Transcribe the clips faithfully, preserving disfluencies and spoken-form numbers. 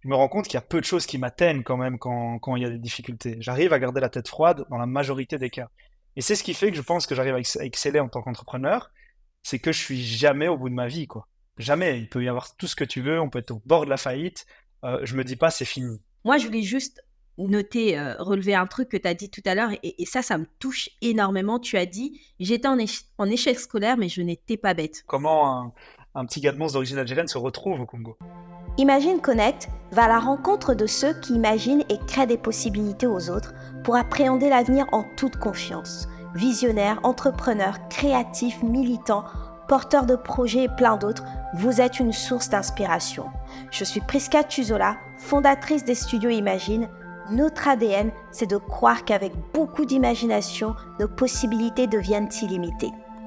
je me rends compte qu'il y a peu de choses qui m'atteignent quand même quand, quand il y a des difficultés. J'arrive à garder la tête froide dans la majorité des cas. Et c'est ce qui fait que je pense que j'arrive à ex- à exceller en tant qu'entrepreneur, c'est que je suis jamais au bout de ma vie, quoi. Jamais. Il peut y avoir tout ce que tu veux, on peut être au bord de la faillite. Euh, je me dis pas c'est fini. Moi, je voulais juste noter, euh, relever un truc que tu as dit tout à l'heure, et, et ça, ça me touche énormément. Tu as dit, j'étais en, éche- en échec scolaire, mais je n'étais pas bête. Comment un, un petit gars de monstre d'origine algérienne se retrouve au Congo? Imagine Connect va à la rencontre de ceux qui imaginent et créent des possibilités aux autres pour appréhender l'avenir en toute confiance. Visionnaires, entrepreneurs, créatifs, militants, porteurs de projets et plein d'autres, vous êtes une source d'inspiration. Je suis Priska Tuzola, fondatrice des studios Imagine. Notre A D N, c'est de croire qu'avec beaucoup d'imagination, nos possibilités deviennent illimitées.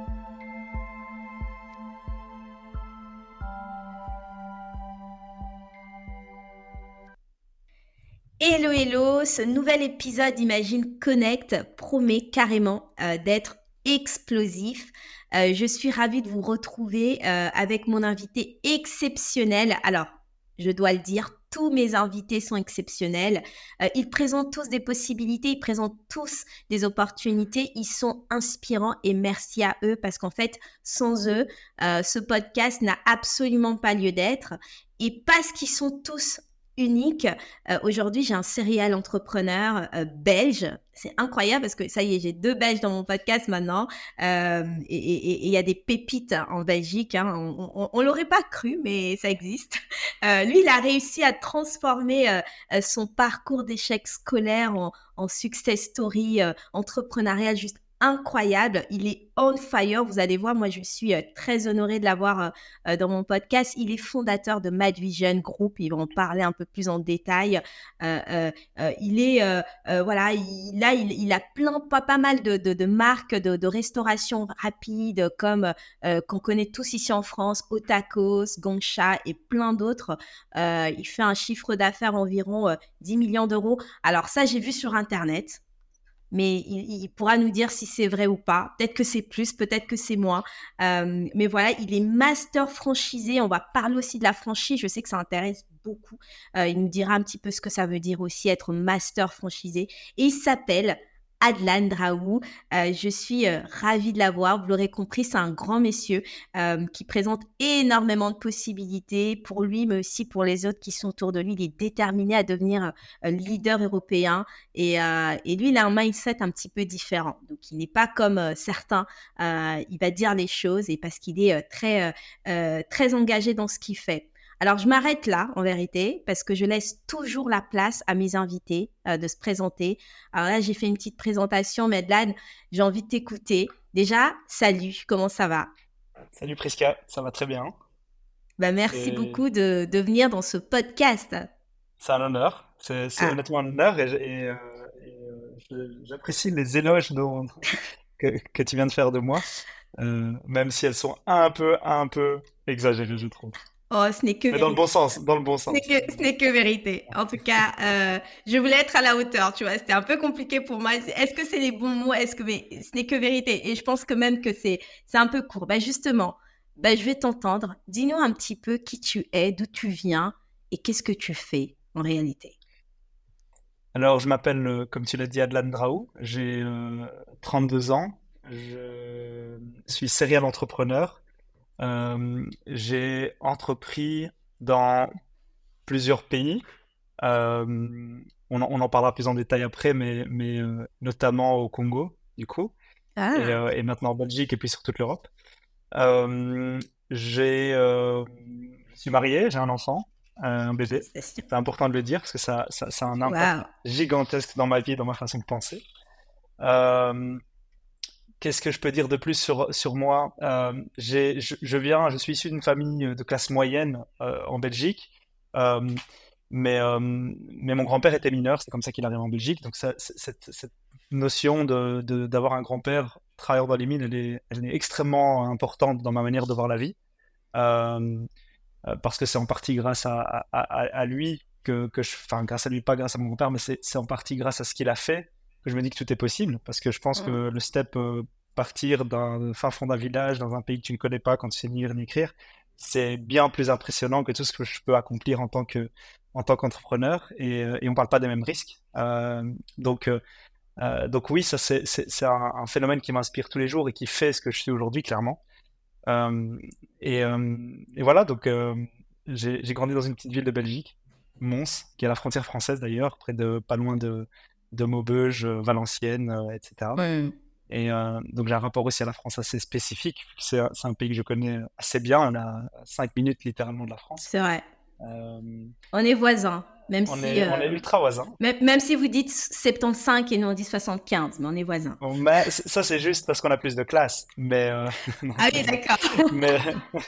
Hello, hello, ce nouvel épisode d'Imagine Connect promet carrément euh, d'être explosif. Euh, je suis ravie de vous retrouver euh, avec mon invité exceptionnel. Alors, je dois le dire, tous mes invités sont exceptionnels. Euh, ils présentent tous des possibilités, ils présentent tous des opportunités. Ils sont inspirants et merci à eux parce qu'en fait, sans eux, euh, ce podcast n'a absolument pas lieu d'être. Et parce qu'ils sont tous uniques, euh, aujourd'hui, j'ai un serial entrepreneur euh, belge. C'est incroyable parce que ça y est, j'ai deux Belges dans mon podcast maintenant. Euh, et il y a des pépites en Belgique. Hein. On, on, on l'aurait pas cru, mais ça existe. Euh, lui, il a réussi à transformer euh, son parcours d'échec scolaire en, en success story euh, entrepreneurial juste incroyable. Il est on fire. Vous allez voir, moi, je suis euh, très honorée de l'avoir euh, dans mon podcast. Il est fondateur de Mad Vision Group. Il va en parler un peu plus en détail. Euh, euh, euh, il est, euh, euh, voilà, il, là, il, il a plein, pas, pas mal de, de, de marques de, de restauration rapide, comme euh, qu'on connaît tous ici en France, Otakos, Gongcha et plein d'autres. Euh, il fait un chiffre d'affaires environ euh, dix millions d'euros. Alors ça, j'ai vu sur Internet. Mais il, il pourra nous dire si c'est vrai ou pas. Peut-être que c'est plus, peut-être que c'est moins. Euh, mais voilà, il est master franchisé. On va parler aussi de la franchise. Je sais que ça intéresse beaucoup. Euh, il nous dira un petit peu ce que ça veut dire aussi être master franchisé. Et il s'appelle Adlan Draoux. Euh, je suis euh, ravie de l'avoir. Vous l'aurez compris, c'est un grand monsieur euh, qui présente énormément de possibilités pour lui, mais aussi pour les autres qui sont autour de lui. Il est déterminé à devenir euh, leader européen. Et, euh, et lui, il a un mindset un petit peu différent. Donc, il n'est pas comme euh, certains. Euh, il va dire les choses et parce qu'il est euh, très, euh, euh, très engagé dans ce qu'il fait. Alors, je m'arrête là, en vérité, parce que je laisse toujours la place à mes invités euh, de se présenter. Alors là, j'ai fait une petite présentation, mais Adlan, j'ai envie de t'écouter. Déjà, salut, comment ça va? Salut Prisca, ça va très bien. Bah, merci C'est beaucoup de, de venir dans ce podcast. c'est un honneur. C'est c'est Ah, honnêtement un honneur et, j'- et, euh, et, euh, je- j'apprécie les éloges dont- que, que tu viens de faire de moi, euh, même si elles sont un peu, un peu exagérées, je trouve. oh, ce n'est que Mais dans le vérité. bon sens, dans le bon Ce n'est sens. que, ce n'est que vérité. En tout cas, euh, je voulais être à la hauteur, tu vois. C'était un peu compliqué pour moi. Est-ce que c'est les bons mots? Est-ce que, mais ce n'est que vérité. Et je pense que même que c'est, c'est un peu court. Bah, justement, bah, je vais t'entendre. Dis-nous un petit peu qui tu es, d'où tu viens et qu'est-ce que tu fais en réalité. Alors, je m'appelle, euh, comme tu l'as dit, Adlan Draoux. J'ai euh, trente-deux ans. Je suis serial entrepreneur. Euh, j'ai entrepris dans plusieurs pays. Euh, on, en, on en parlera plus en détail après, mais, mais euh, notamment au Congo, du coup, et, Ah, euh, et maintenant en Belgique et puis sur toute l'Europe. Euh, j'ai, euh, je suis marié, j'ai un enfant, euh, un bébé. félicitations. C'est important de le dire parce que ça, ça, ça a un impact Waouh. gigantesque dans ma vie, dans ma façon de penser. Euh, Qu'est-ce que je peux dire de plus sur, sur moi? Euh, j'ai, je, je viens, je suis issu d'une famille de classe moyenne euh, en Belgique, euh, mais, euh, mais mon grand-père était mineur, c'est comme ça qu'il arrive en Belgique. Donc ça, c'est- cette, cette notion de, de- d'avoir un grand-père travailleur dans les mines, elle est, elle est extrêmement importante dans ma manière de voir la vie, euh, euh, parce que c'est en partie grâce à, à, à- à lui que, que je, enfin grâce à lui, pas grâce à mon grand-père, mais c'est, c'est en partie grâce à ce qu'il a fait que je me dis que tout est possible, parce que je pense que le step euh, partir d'un fin fond d'un village, dans un pays que tu ne connais pas, quand tu sais ni lire ni écrire, c'est bien plus impressionnant que tout ce que je peux accomplir en tant que en tant qu'entrepreneur et, et on ne parle pas des mêmes risques. Euh, donc, euh, euh, donc oui, ça c'est, c'est, c'est un, un phénomène qui m'inspire tous les jours et qui fait ce que je suis aujourd'hui, clairement. Euh, et, euh, et voilà, donc euh, j'ai, j'ai grandi dans une petite ville de Belgique, Mons, qui est à la frontière française d'ailleurs, près de pas loin de, de Maubeuge, Valenciennes, euh, et cetera. Ouais. Et euh, donc j'ai un rapport aussi à la France assez spécifique. C'est, un- c'est un pays que je connais assez bien. On a cinq minutes littéralement de la France. C'est vrai. Euh, On est voisins, même on si, est, on euh, est ultra voisins. même, même si vous dites soixante-quinze et nous on dit soixante-quinze, mais on est voisins. Bon, mais c- ça c'est juste parce qu'on a plus de classe. Mais euh, non, Ah je oui, plaisante. d'accord. Mais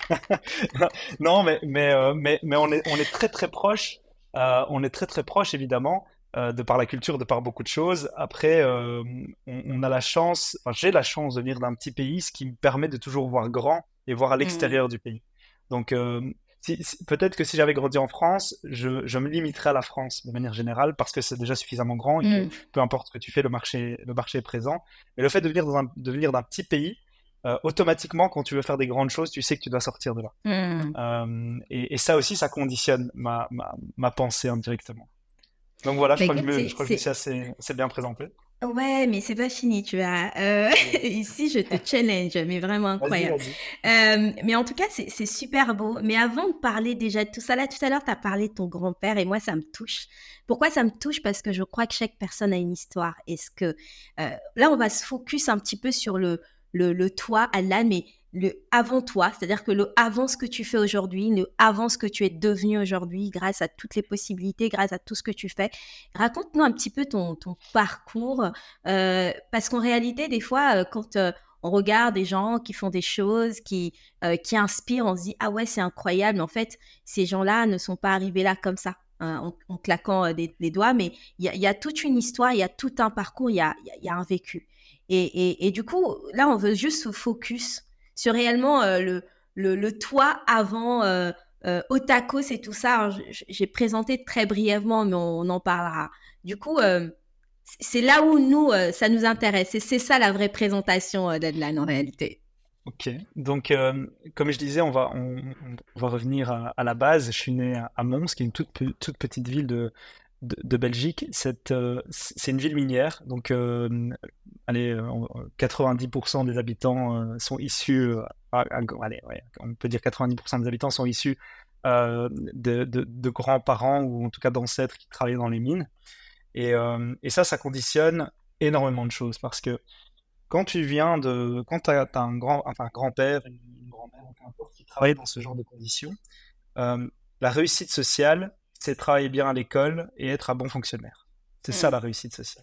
non, mais mais euh, mais mais on est on est très très proche. Euh, on est très très proche évidemment euh, de par la culture, de par beaucoup de choses. Après, euh, on, on a la chance. Enfin, j'ai la chance de venir d'un petit pays, ce qui me permet de toujours voir grand et voir à Mm. l'extérieur du pays. Donc euh, si, si- peut-être que si j'avais grandi en France, je, je me limiterais à la France de manière générale parce que c'est déjà suffisamment grand et que Mm. peu importe ce que tu fais, le marché le marché est présent. Mais le fait de venir dans un, de venir d'un petit pays, euh, automatiquement, quand tu veux faire des grandes choses, tu sais que tu dois sortir de là. Mm. Euh, et, et ça aussi, ça conditionne ma, ma, ma pensée indirectement. Donc voilà, je Bah, crois que je, écoute, me, c'est, je crois que je me suis c'est... assez, assez bien présenté. Ouais, mais c'est pas fini, tu vois. Euh, Vas-y, ici, je te challenge, mais vraiment vas-y. incroyable. Vas-y. Euh, mais en tout cas, c'est, c'est super beau. Mais avant de parler déjà de tout ça, là, tout à l'heure, tu as parlé de ton grand-père et moi, ça me touche. Pourquoi ça me touche? Parce que je crois que chaque personne a une histoire. Est-ce que euh, là, on va se focus un petit peu sur le, le, le toi, Allah, mais le avant toi, c'est-à-dire que le avant ce que tu fais aujourd'hui, le avant ce que tu es devenu aujourd'hui, grâce à toutes les possibilités, grâce à tout ce que tu fais. Raconte-nous un petit peu ton, ton parcours, euh, parce qu'en réalité, des fois, euh, quand euh, on regarde des gens qui font des choses, qui, euh, qui inspirent, on se dit, ah ouais, c'est incroyable. Mais en fait, ces gens-là ne sont pas arrivés là comme ça, hein, en, en claquant euh, des, des doigts, mais il y a, il y a toute une histoire, il y a tout un parcours, il y a, il y a- il y a un vécu. Et, et, et du coup, là, on veut juste se focus sur réellement euh, le, le, le toi avant euh, euh, Otakos et tout ça. Alors, je- j'ai présenté très brièvement, mais on, on en parlera. Du coup, euh, c'est là où nous, euh, ça nous intéresse. Et c'est ça la vraie présentation euh, d'Adlan en réalité. Ok. Donc, euh, comme je disais, on va, on, on va revenir à, à la base. Je suis né à, à Mons, qui est une toute, pe- toute petite ville de, de, de Belgique. Cette, euh, c'est une ville minière. Donc, euh, allez, euh, quatre-vingt-dix pour cent des habitants euh, sont issus, euh, à- à- allez, ouais, on peut dire quatre-vingt-dix pour cent des habitants sont issus euh, de, de, de grands-parents ou en tout cas d'ancêtres qui travaillaient dans les mines. Et, euh, et ça, ça conditionne énormément de choses parce que quand tu viens de, quand tu as, un grand, enfin, un grand-père, une, une grand-mère, peu importe, qui travaille dans ce genre de conditions, euh, la réussite sociale, c'est travailler bien à l'école et être un bon fonctionnaire. C'est ça Mm. la réussite sociale.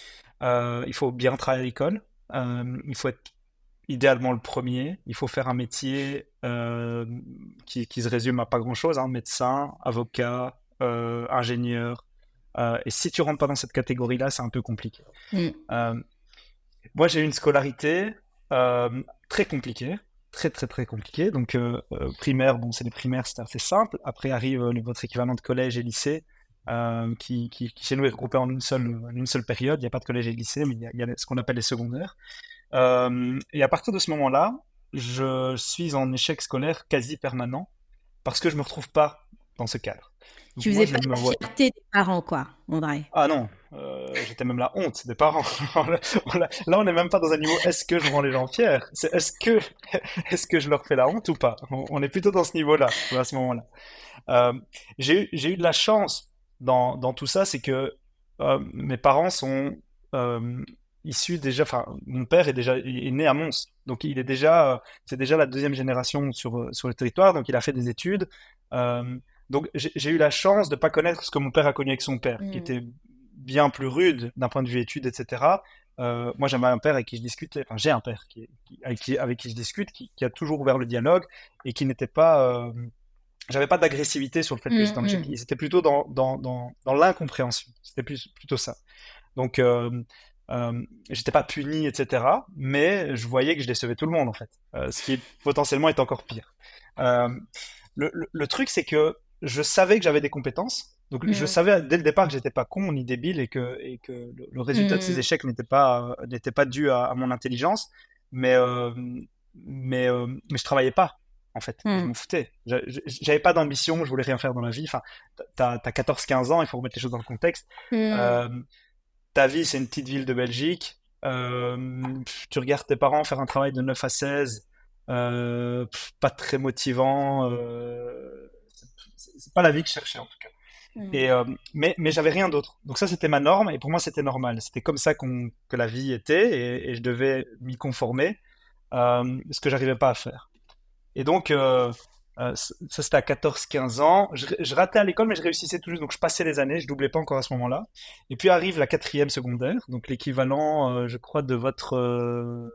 Euh, il faut bien travailler à l'école, euh, il faut être idéalement le premier, il faut faire un métier euh, qui, qui se résume à pas grand-chose, hein, médecin, avocat, euh, ingénieur. Euh, et si tu rentres pas dans cette catégorie-là, c'est un peu compliqué. Mm. Euh, Moi, j'ai eu une scolarité euh, très compliquée, très très très compliquée. Donc euh, euh, primaire, bon, c'est les primaires, c'est assez simple. Après arrive euh, le- votre équivalent de collège et lycée, euh, qui, qui, qui chez nous est regroupé en une seule, en une seule période. Il n'y a pas de collège et de lycée, mais il y a, il y a ce qu'on appelle les secondaires. Euh, et à partir de ce moment-là, je suis en échec scolaire quasi permanent parce que je me retrouve pas dans ce cadre. Donc Tu moi, faisais je pas me la vois. fierté des parents, quoi, André. Ah non, euh, j'étais même la honte des parents. Là, on n'est même pas dans un niveau est-ce que je rends les gens fiers? C'est est-ce que, est-ce que je leur fais la honte ou pas? On on est plutôt dans ce niveau-là, à ce moment-là. Euh, j'ai eu, j'ai eu de la chance dans, dans tout ça, c'est que euh, mes parents sont euh, issus déjà, enfin, mon père est déjà il est né à Mons, donc il est déjà, euh, c'est déjà la deuxième génération sur, euh, sur le territoire, donc il a fait des études. Euh, donc j'ai j'ai eu la chance de pas connaître ce que mon père a connu avec son père, qui Mm. était bien plus rude d'un point de vue études, et cetera. Euh, moi, j'avais un père avec qui je discutais, enfin, j'ai un père qui, qui- avec, qui, avec qui je discute, qui, qui a toujours ouvert le dialogue et qui n'était pas, euh, j'avais pas d'agressivité sur le fait que j'étais Mm, en échec. mm. C'était plutôt dans, dans, dans, dans l'incompréhension. C'était plus, plutôt ça. Donc, euh, euh, j'étais pas puni, et cetera. Mais je voyais que je décevais tout le monde, en fait. Euh, ce qui potentiellement est encore pire. Euh, le, le, le truc, c'est que je savais que j'avais des compétences. Donc, je Mm. savais dès le départ que j'étais pas con ni débile et que, et que le, le résultat de ces Mm. échecs n'était pas, euh, n'était pas dû à, à mon intelligence. Mais, euh, mais, euh, mais je travaillais pas. en fait. Je Mm. m'en foutais. Je- je- J'avais pas d'ambition, je voulais rien faire dans la vie. Enfin, t'as, t'as quatorze quinze ans, il faut remettre les choses dans le contexte. Mm. Euh, Ta vie, c'est une petite ville de Belgique. Euh, pff, tu regardes tes parents faire un travail de neuf à seize, euh, pff, pas très motivant. Euh, c'est c'est pas la vie que je cherchais en tout cas. Mm. Et, euh, mais mais j'avais rien d'autre. Donc ça, c'était ma norme et pour moi, c'était normal. C'était comme ça qu'on, que la vie était et, et je devais m'y conformer, euh, ce que j'arrivais pas à faire. Et donc, euh, euh, c- ça c'était à quatorze quinze ans. Je, je ratais à l'école, mais je réussissais tout juste. Donc, je passais les années, je doublais pas encore à ce moment-là. Et puis arrive la quatrième secondaire, donc l'équivalent, euh, je crois, de votre euh,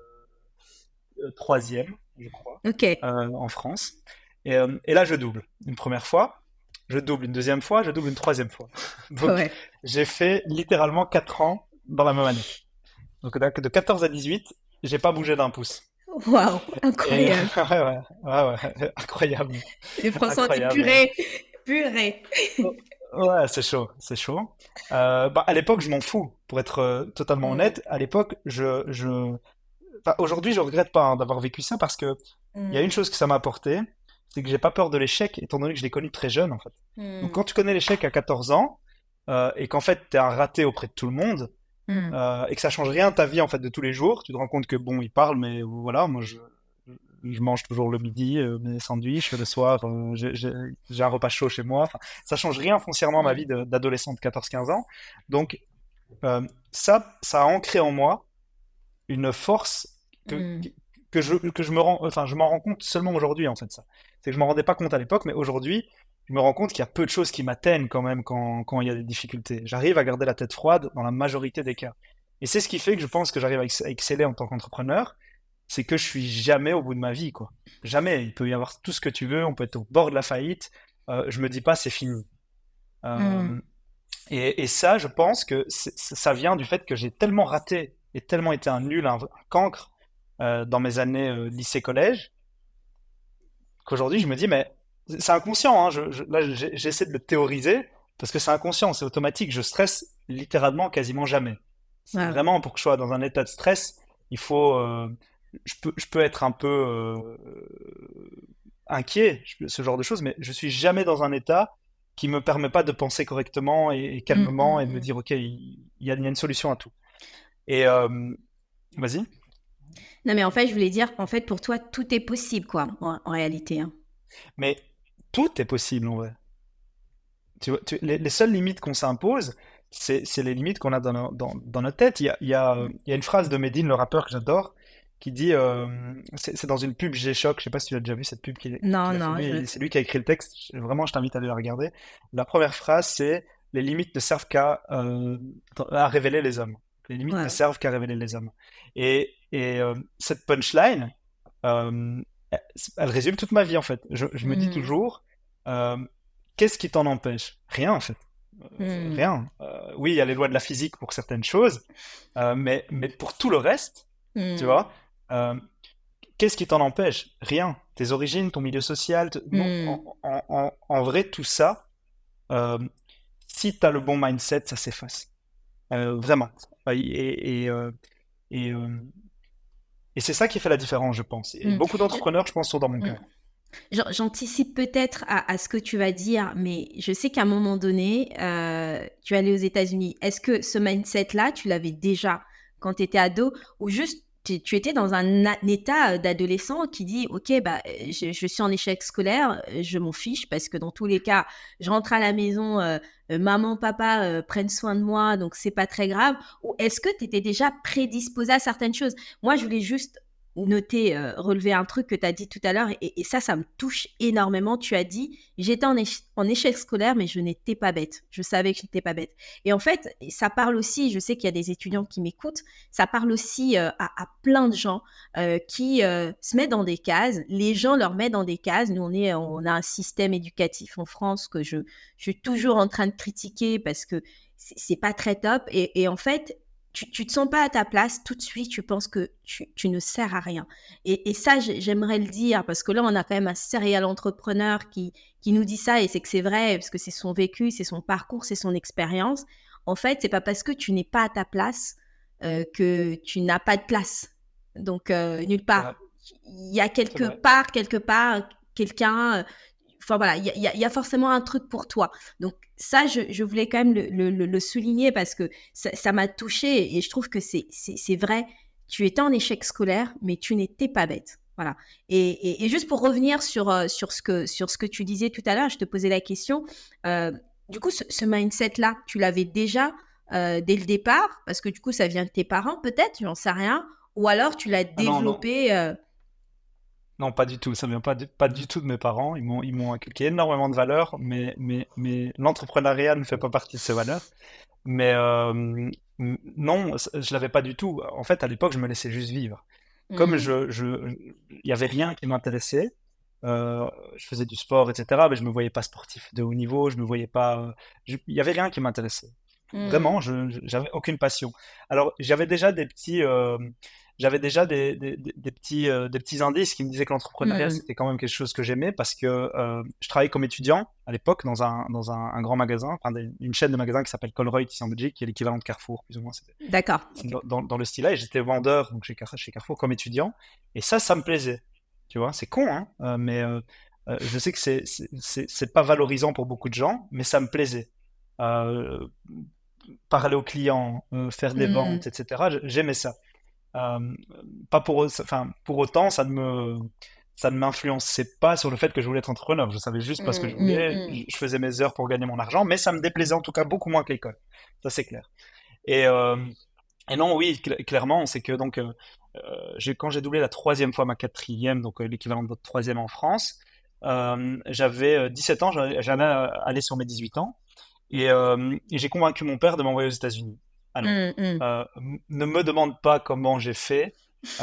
euh, troisième, je crois, Ok. euh, en France. Et, euh, et là, je double. Une première fois, je double une deuxième fois, je double une troisième fois. Donc, Ouais. j'ai fait littéralement quatre ans dans la même année. Donc, de de quatorze à dix-huit, j'ai pas bougé d'un pouce. Waouh, Et incroyable. ouais, ouais, ouais, ouais, incroyable, Les Français ont dit incroyable. purée, purée. Oh, ouais, c'est chaud, c'est chaud. Euh, bah, à l'époque, je m'en fous, pour être euh, totalement Mm. honnête. À l'époque, je, je... enfin, aujourd'hui, je regrette pas hein, d'avoir vécu ça parce que il y a une Mm. chose que ça m'a apporté, c'est que j'ai pas peur de l'échec, étant donné que je l'ai connu très jeune, en fait. Donc, Mm. quand tu connais l'échec à quatorze ans, euh, et qu'en fait, t'es un raté auprès de tout le monde, Mm. euh, et que ça change rien à ta vie, en fait, de tous les jours, tu te rends compte que, bon, il parle, mais voilà, moi, je, je mange toujours le midi, euh, mes sandwichs, le soir, euh, j'ai j'ai- j'ai un repas chaud chez moi. Enfin, ça change rien foncièrement à ma vie Mm. de- d'adolescent de quatorze quinze ans. Donc, euh, ça, ça a ancré en moi une force que, Mm. que, que je, que je me rends, enfin, je m'en rends compte seulement aujourd'hui, en fait, ça. C'est que je m'en rendais pas compte à l'époque, mais aujourd'hui, je me rends compte qu'il y a peu de choses qui m'atteignent quand même quand, quand il y a des difficultés. J'arrive à garder la tête froide dans la majorité des cas. Et c'est ce qui fait que je pense que j'arrive à ex- à exceller en tant qu'entrepreneur, c'est que je suis jamais au bout de ma vie, quoi. Jamais. Il peut y avoir tout ce que tu veux, on peut être au bord de la faillite. Euh, je me dis pas c'est fini. Mm. Euh, et, et ça, je pense que c'est- ça vient du fait que j'ai tellement raté et tellement été un nul, un, un cancre euh, dans mes années euh, lycée-collège, qu'aujourd'hui je me dis, mais c'est inconscient, hein, je, je- là j'ai- j'essaie de le théoriser, parce que c'est inconscient, c'est automatique, je stresse littéralement quasiment jamais. C'est Ouais. vraiment pour que je sois dans un état de stress, il faut, euh, je peux, je peux être un peu euh, inquiet, je- ce genre de choses, mais je suis jamais dans un état qui me permet pas de penser correctement et, et Mm, calmement et de me mm, dire, ok, il il y, a, il y a une solution à tout. Et euh, vas-y. Non, mais en fait, je voulais dire, en fait, pour toi, tout est possible, quoi, en, en réalité. Hein. Mais tout est possible en vrai. Tu vois, tu- les, les seules limites qu'on s'impose, c'est c'est les limites qu'on a dans, nos- dans, dans notre tête. Il y a, il y a, euh, il y a une phrase de Medine, le rappeur que j'adore, qui dit, euh, c'est c'est dans une pub G-Shock, je sais pas si tu l'as déjà vu, cette pub qu'il Non, qu'il a fait non, lui, je... et c'est lui qui a écrit le texte. Je- Vraiment, je t'invite à aller la regarder. La première phrase, c'est les limites ne servent qu'à euh, à révéler les hommes. Les limites ne Ouais. servent qu'à révéler les hommes. Et, et euh, cette punchline, euh, elle, elle résume toute ma vie en fait. Je, je me dis Mm, toujours, euh, qu'est-ce qui t'en empêche? Rien en fait. Euh, mm, rien. Euh, oui, il y a les lois de la physique pour certaines choses, euh, mais, mais pour tout le reste, tu mm, vois, euh, qu'est-ce qui t'en empêche? Rien. Tes origines, ton milieu social, te- non, mm. en, en- en- en vrai, tout ça, euh, si tu as le bon mindset, ça s'efface. Euh, vraiment. Et, et, euh, et, euh, et c'est ça qui fait la différence, je pense. Et Mm. beaucoup Je- d'entrepreneurs, je pense, sont dans mon mm. cas. J'an- J'anticipe peut-être à, à ce que tu vas dire, mais je sais qu'à un moment donné, euh, tu es allé aux États-Unis. Est-ce que ce mindset-là, tu l'avais déjà quand tu étais ado ou juste tu, tu étais dans un, a- un état euh, d'adolescent qui dit, OK, bah, euh, je, je suis en échec scolaire, euh, je m'en fiche parce que dans tous les cas, je rentre à la maison, euh, euh, maman, papa euh, prennent soin de moi, donc c'est pas très grave. Ou est-ce que tu étais déjà prédisposé à certaines choses? Moi, je voulais juste noter, euh, relever un truc que tu as dit tout à l'heure, et, et ça, ça me touche énormément. Tu as dit, j'étais en, éche- en échec scolaire, mais je n'étais pas bête. Je savais que je n'étais pas bête. Et en fait, ça parle aussi, je sais qu'il y a des étudiants qui m'écoutent, ça parle aussi euh, à, à plein de gens euh, qui euh, se mettent dans des cases. Les gens leur mettent dans des cases. Nous, on, est, on a un système éducatif en France que je, je suis toujours en train de critiquer parce que c'est c'est pas très top. Et, et en fait, tu, tu te sens pas à ta place, tout de suite, tu penses que tu, tu ne sers à rien. Et, et ça, j'ai- j'aimerais le dire, parce que là, on a quand même un serial entrepreneur qui, qui nous dit ça, et c'est que c'est vrai, parce que c'est son vécu, c'est son parcours, c'est son expérience. En fait, c'est pas parce que tu n'es pas à ta place euh, que tu n'as pas de place. Donc, euh, nulle C'est vrai, part. Il y a c'est quelque vrai. part, quelque part, quelqu'un. euh, Enfin voilà, il y, a- il y a il y a forcément un truc pour toi. Donc ça, je, je voulais quand même le, le- le- le souligner parce que ça ça m'a touchée et je trouve que c'est c'est c'est vrai. Tu étais en échec scolaire, mais tu n'étais pas bête. Voilà. Et, et- et juste pour revenir sur, euh, sur, ce que, sur ce que tu disais tout à l'heure, je te posais la question. euh, du coup, ce, ce mindset-là, tu l'avais déjà euh, dès le départ, parce que du coup, ça vient de tes parents, peut-être, j'en sais rien, ou alors tu l'as Ah non, non, développé. euh, non, pas du tout. Ça vient pas du, pas du tout de mes parents. Ils m'ont, ils m'ont inculqué énormément de valeurs, mais, mais, mais l'entrepreneuriat ne fait pas partie de ces valeurs. Mais euh, m- non, c- je l'avais pas du tout. En fait, à l'époque, je me laissais juste vivre. Comme hmm, je, je, il y avait rien qui m'intéressait. euh, je faisais du sport, et cetera. Mais je me voyais pas sportif de haut niveau. Je me voyais pas. euh, je- il y avait rien qui m'intéressait. hmm, Vraiment, je, je- j'avais aucune passion. Alors, j'avais déjà des petits, euh, j'avais déjà des, des, des- des petits, euh, des petits indices qui me disaient que l'entrepreneuriat, hmm, c'était quand même quelque chose que j'aimais parce que euh, je travaillais comme étudiant à l'époque dans un, dans un, un grand magasin, enfin, des- une chaîne de magasins qui s'appelle Colruyt ici en Belgique, qui est l'équivalent de Carrefour, plus ou moins. C'était D'accord. c'est Ok. dans, dans, dans le style-là. Et j'étais vendeur donc chez, Car- chez Carrefour comme étudiant. Et ça, ça me plaisait. Tu vois, c'est con, hein, euh, mais euh, euh, je sais que c'est, c'est, c'est c'est pas valorisant pour beaucoup de gens, mais ça me plaisait. Euh, Parler aux clients, euh, faire des Hmm, ventes, et cetera. j- J'aimais ça. Euh, pas pour, enfin, pour autant, ça ne me, ça ne m'influençait pas sur le fait que je voulais être entrepreneur. Je savais juste pas ce que hmm, je hmm, voulais. hmm. Je je faisais mes heures pour gagner mon argent, mais ça me déplaisait en tout cas beaucoup moins que l'école. Ça, c'est clair. Et, euh, et non, oui, cl- clairement, c'est que donc, euh, euh, j'ai, quand j'ai doublé la troisième fois ma quatrième, donc euh, l'équivalent de votre troisième en France, euh, j'avais euh, dix-sept ans, j'allais j'allais, euh, aller sur mes dix-huit ans. Et, euh, et j'ai convaincu mon père de m'envoyer aux États-Unis. Alors, Hmm, hmm. euh, m- ne me demande pas comment j'ai fait,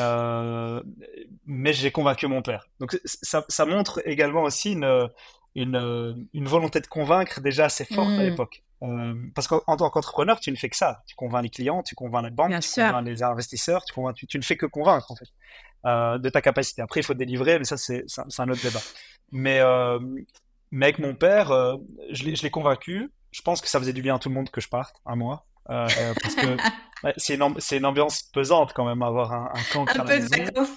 euh, mais j'ai convaincu mon père. Donc c- ça, ça montre également aussi une, une, une volonté de convaincre déjà assez forte à Hmm. l'époque. Euh, parce qu'en en tant qu'entrepreneur, tu ne fais que ça. Tu convaincs les clients, tu convaincs la banque, Bien tu sûr. convaincs les investisseurs, tu, convaincs, tu, tu ne fais que convaincre en fait euh, de ta capacité. Après, il faut délivrer, mais ça c'est c'est un c'est un autre débat. Mais, euh, mais avec mon père, euh, je l'ai je l'ai convaincu. Je pense que ça faisait du bien à tout le monde que je parte, à moi. Euh, euh, parce que ouais, c'est une, amb- c'est une ambiance pesante quand même, avoir un, un cancre Un à la peu de maison. vacances.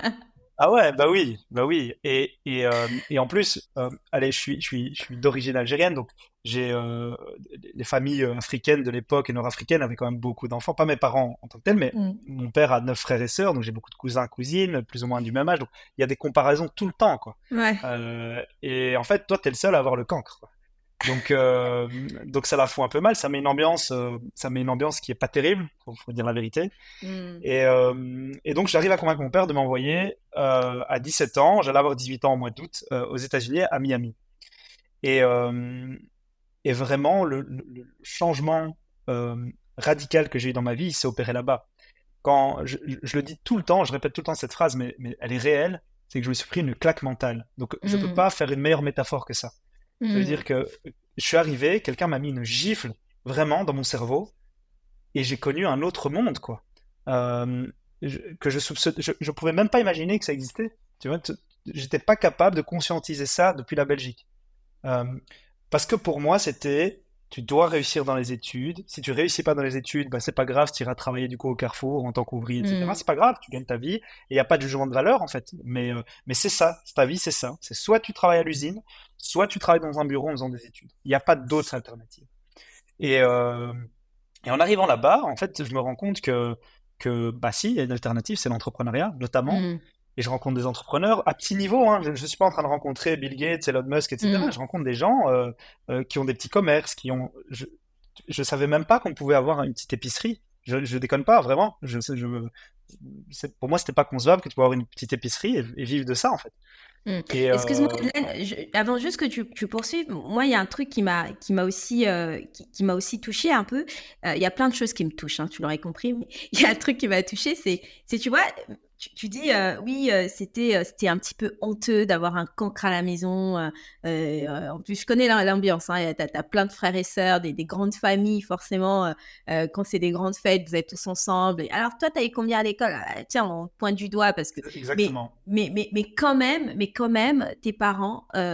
Ah ouais, bah oui, bah oui. Et, et, euh, et en plus, euh, allez, je suis, je suis, je suis d'origine algérienne, donc j'ai euh, les familles euh, africaines de l'époque et nord-africaines avaient quand même beaucoup d'enfants. Pas mes parents en tant que tels, mais Hmm. mon père a neuf frères et sœurs, donc j'ai beaucoup de cousins, cousines, plus ou moins du même âge. Donc il y a des comparaisons tout le temps, quoi. Ouais. Euh, et en fait, toi, t'es le seul à avoir le cancre, quoi. Donc, euh, donc ça la fout un peu mal. Ça met une ambiance, euh, ça met une ambiance qui est pas terrible, faut, faut dire la vérité. Hmm. Et, euh, et donc, j'arrive à convaincre mon père de m'envoyer euh, à dix-sept ans, j'allais avoir dix-huit ans au mois d'août, euh, aux États-Unis, à Miami. Et, euh, et vraiment, le, le- le changement euh, radical que j'ai eu dans ma vie, il s'est opéré là-bas. Quand je, je le dis tout le temps, je répète tout le temps cette phrase, mais, mais elle est réelle, c'est que je me suis pris une claque mentale. Donc, je peux Hmm. pas faire une meilleure métaphore que ça. Ça veut Hmm. dire que je suis arrivé, quelqu'un m'a mis une gifle vraiment dans mon cerveau, et j'ai connu un autre monde, quoi. Euh, je- que je soupçonne, je, je pouvais même pas imaginer que ça existait. Tu vois, t- j'étais pas capable de conscientiser ça depuis la Belgique. Euh, Parce que pour moi, c'était, tu dois réussir dans les études. Si tu réussis pas dans les études, bah, c'est pas grave, tu iras travailler du coup au Carrefour en tant qu'ouvrier, et cetera. Hmm. C'est pas grave, tu gagnes ta vie. Et il n'y a pas de jugement de valeur, en fait. Mais, euh, mais c'est ça, c'est ta vie, c'est ça. C'est soit tu travailles à l'usine, soit tu travailles dans un bureau en faisant des études. Il n'y a pas d'autres alternatives. Et, euh, et en arrivant là-bas, en fait, je me rends compte que, que bah si, il y a une alternative, c'est l'entrepreneuriat, notamment. Hmm. Et je rencontre des entrepreneurs à petit niveau, hein. Je ne suis pas en train de rencontrer Bill Gates, Elon Musk, et cetera. Hmm. Je rencontre des gens euh, euh, qui ont des petits commerces, qui ont. Je, je savais même pas qu'on pouvait avoir une petite épicerie. Je, je déconne pas, vraiment. Je, je, c'est- pour moi, c'était pas concevable que tu pouvais avoir une petite épicerie et, et vivre de ça, en fait. Hmm. Et Excuse-moi, euh, Glenn, je- avant juste que tu, tu poursuives, moi, il y a un truc qui m'a qui m'a aussi euh, qui, qui m'a aussi touché un peu. Euh, Il y a plein de choses qui me touchent, hein, tu l'aurais compris, mais il y a un truc qui m'a touché, c'est c'est tu vois, tu, tu dis euh, oui, euh, c'était euh, c'était un petit peu honteux d'avoir un cancre à la maison. euh, euh, en plus, je connais l'am- l'ambiance. Hein, t'as, t'as plein de frères et sœurs, des, des grandes familles, forcément. euh, euh, quand c'est des grandes fêtes, vous êtes tous ensemble. Et alors, toi, t'as eu combien à l'école? Ah, tiens, on pointe du doigt parce que. Mais exactement. mais, mais, mais quand même, mais quand même, tes parents euh,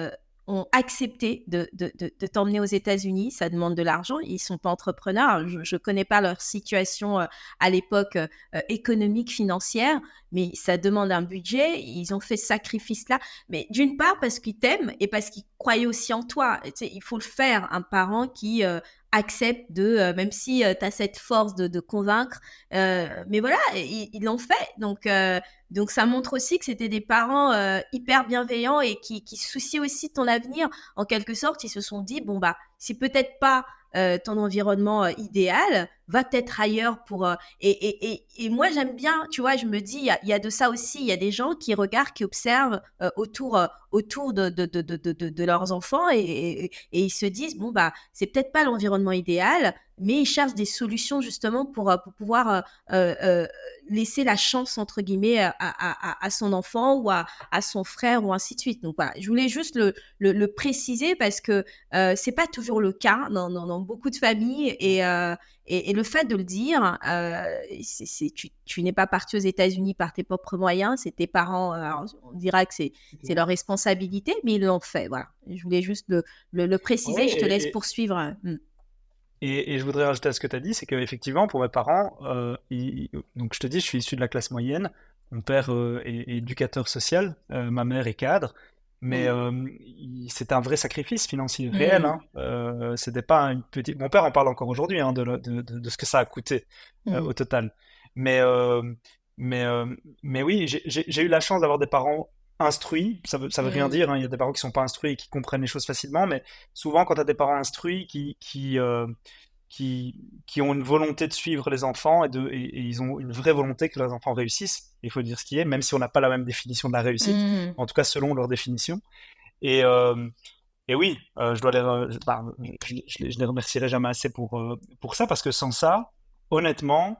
ont accepté de, de, de, de t'emmener aux États-Unis. Ça demande de l'argent. Ils ne sont pas entrepreneurs. Je ne connais pas leur situation euh, à l'époque euh, économique, financière, mais ça demande un budget. Ils ont fait ce sacrifice-là. Mais d'une part, parce qu'ils t'aiment et parce qu'ils croyaient aussi en toi. Tu sais, il faut le faire, un parent qui euh, accepte de, euh, même si euh, tu as cette force de, de convaincre, euh, mais voilà, ils, ils l'ont fait. Donc, euh, donc, ça montre aussi que c'était des parents euh, hyper bienveillants et qui, qui se souciaient aussi de ton avenir. En quelque sorte, ils se sont dit, bon, bah, c'est peut-être pas euh, ton environnement euh, idéal, va peut-être ailleurs pour... Euh, et, et, et, et moi, j'aime bien, tu vois, je me dis, il y a, y a de ça aussi. Il y a des gens qui regardent, qui observent euh, autour, euh, autour de, de, de, de, de, de leurs enfants et, et, et ils se disent, bon, bah, c'est peut-être pas l'environnement idéal, mais ils cherchent des solutions justement pour, pour pouvoir euh, euh, laisser la chance, entre guillemets, à, à, à, à son enfant ou à, à son frère ou ainsi de suite. Donc voilà, je voulais juste le, le, le préciser parce que euh, c'est pas toujours le cas dans, dans, dans beaucoup de familles et, euh, et, et le fait de le dire, euh, c'est, c'est, tu, tu n'es pas parti aux États-Unis par tes propres moyens, c'est tes parents, alors, on dira que c'est, c'est leur responsabilité, mais ils l'ont fait. Voilà, je voulais juste le, le, le préciser, ouais, je te et, laisse et... poursuivre. Hum. Et, et je voudrais rajouter à ce que tu as dit, c'est qu'effectivement, pour mes parents, euh, ils, donc je te dis, je suis issu de la classe moyenne. Mon père euh, est, est éducateur social, euh, ma mère est cadre, mais mmh. euh, il, c'était un vrai sacrifice financier mmh. réel. Hein. Euh, c'était pas une petite. Mon père en parle encore aujourd'hui hein, de, de, de, de ce que ça a coûté euh, mmh. au total. Mais, euh, mais, euh, mais oui, j'ai, j'ai, j'ai eu la chance d'avoir des parents instruits, ça veut, ça veut mmh. rien dire, hein. Il y a des parents qui sont pas instruits et qui comprennent les choses facilement, mais souvent quand tu as des parents instruits qui, qui, euh, qui, qui ont une volonté de suivre les enfants et, de, et, et ils ont une vraie volonté que leurs enfants réussissent, il faut dire ce qui est, même si on n'a pas la même définition de la réussite, mmh. en tout cas selon leur définition. Et, euh, et oui, euh, je dois les, bah, je, je, je les remercierai jamais assez pour, euh, pour ça, parce que sans ça, honnêtement,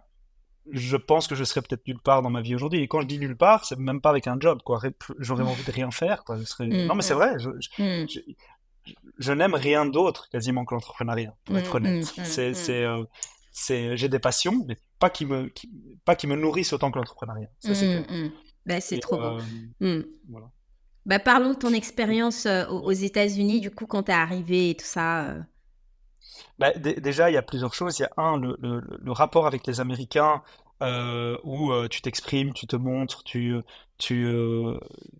je pense que je serais peut-être nulle part dans ma vie aujourd'hui. Et quand je dis nulle part, c'est même pas avec un job, quoi. J'aurais envie de rien faire, quoi. Je serais... mmh. Non, mais c'est vrai. Je, je, mmh. je, je n'aime rien d'autre quasiment que l'entrepreneuriat, pour être mmh. honnête. Mmh. C'est, mmh. c'est, euh, c'est, j'ai des passions, mais pas qui me, qui, pas qui me nourrissent autant que l'entrepreneuriat. Ça, mmh. c'est clair. Mmh. Ben, c'est et trop euh, beau. Mmh. Voilà. Bah, parlons de ton expérience euh, aux États-Unis, du coup, quand tu es arrivé et tout ça. Euh... Bah, d- déjà, il y a plusieurs choses. Il y a un, le, le, le rapport avec les Américains, euh, où euh, tu t'exprimes, tu te montres, tu, tu, euh,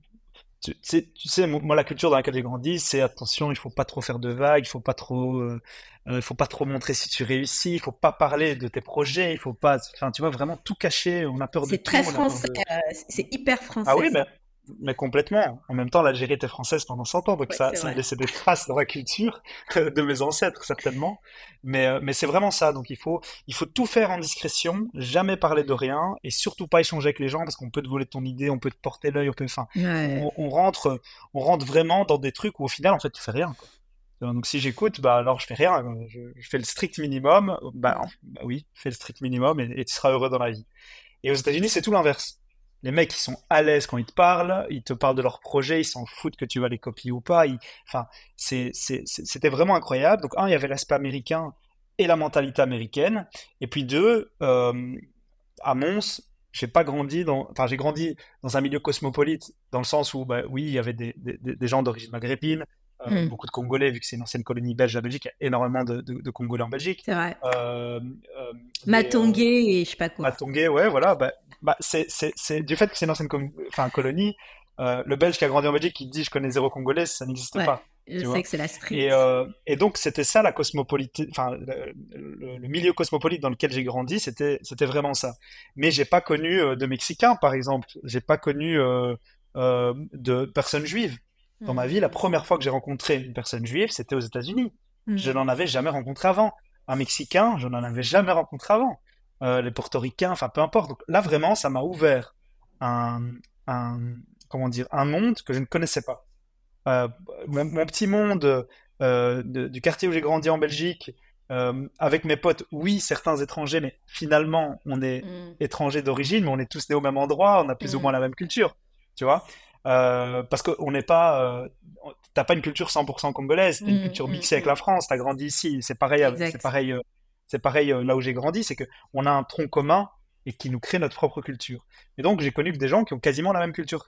tu, tu sais, tu sais, moi, la culture dans laquelle j'ai grandi, c'est attention, il faut pas trop faire de vagues, il faut pas trop, euh, il faut pas trop montrer si tu réussis, il faut pas parler de tes projets, il faut pas, enfin, tu vois, vraiment tout cacher. On a peur de c'est tout. Très français, de... euh, c'est hyper français. Ah oui, mais mais complètement. En même temps, l'Algérie était française pendant cent ans, donc ouais, ça, ça me laissait des traces dans la culture de mes ancêtres, certainement. Mais, euh, mais c'est vraiment ça. Donc il faut, il faut tout faire en discrétion, jamais parler de rien, et surtout pas échanger avec les gens, parce qu'on peut te voler ton idée, on peut te porter l'œil, on peut, enfin, ouais. on, on rentre, on rentre vraiment dans des trucs où au final, en fait, tu fais rien, quoi. Donc si j'écoute, bah alors je fais rien, je, je fais le strict minimum, bah, ouais. bah oui, fais le strict minimum et, et tu seras heureux dans la vie. Et aux États-Unis, c'est tout l'inverse. Les mecs, ils sont à l'aise quand ils te parlent, ils te parlent de leurs projets, ils s'en foutent que tu vas les copier ou pas. Ils... Enfin, c'est, c'est, c'est, c'était vraiment incroyable. Donc, un, il y avait l'aspect américain et la mentalité américaine. Et puis deux, euh, à Mons, j'ai pas grandi dans, enfin, j'ai grandi dans un milieu cosmopolite, dans le sens où, bah, oui, il y avait des, des, des gens d'origine maghrébine, euh, mm. beaucoup de Congolais, vu que c'est une ancienne colonie belge, la Belgique, il y a énormément de, de, de Congolais en Belgique. C'est vrai. Euh, euh, Matongué euh, et je sais pas quoi. Matongué, ouais, voilà. Bah, bah, c'est, c'est, c'est du fait que c'est une ancienne com- enfin, colonie, euh, le Belge qui a grandi en Belgique qui dit je connais zéro Congolais, ça n'existe ouais, pas. Je sais vois. Que c'est la street. Et, euh, et donc c'était ça la cosmopolité, enfin le, le, le milieu cosmopolite dans lequel j'ai grandi, c'était c'était vraiment ça. Mais j'ai pas connu euh, de Mexicains par exemple, j'ai pas connu euh, euh, de personnes juives dans mmh. ma vie. La première fois que j'ai rencontré une personne juive, c'était aux États-Unis. Mmh. Je n'en avais jamais rencontré avant. Un Mexicain, je n'en avais jamais rencontré avant. Euh, les portoricains, enfin peu importe. Donc là vraiment, ça m'a ouvert un, un, comment dire, un monde que je ne connaissais pas. Euh, mon, mon petit monde euh, de, du quartier où j'ai grandi en Belgique, euh, avec mes potes, oui, certains étrangers, mais finalement, on est mm. étrangers d'origine, mais on est tous nés au même endroit, on a plus mm. ou moins la même culture, tu vois. Euh, parce qu'on n'est pas, euh, t'as pas une culture cent pour cent congolaise, t'as une culture mixée mm. avec la France, t'as grandi ici, c'est pareil, c'est pareil. Euh, C'est pareil euh, là où j'ai grandi, c'est qu'on a un tronc commun et qui nous crée notre propre culture. Et donc, j'ai connu que des gens qui ont quasiment la même culture que moi.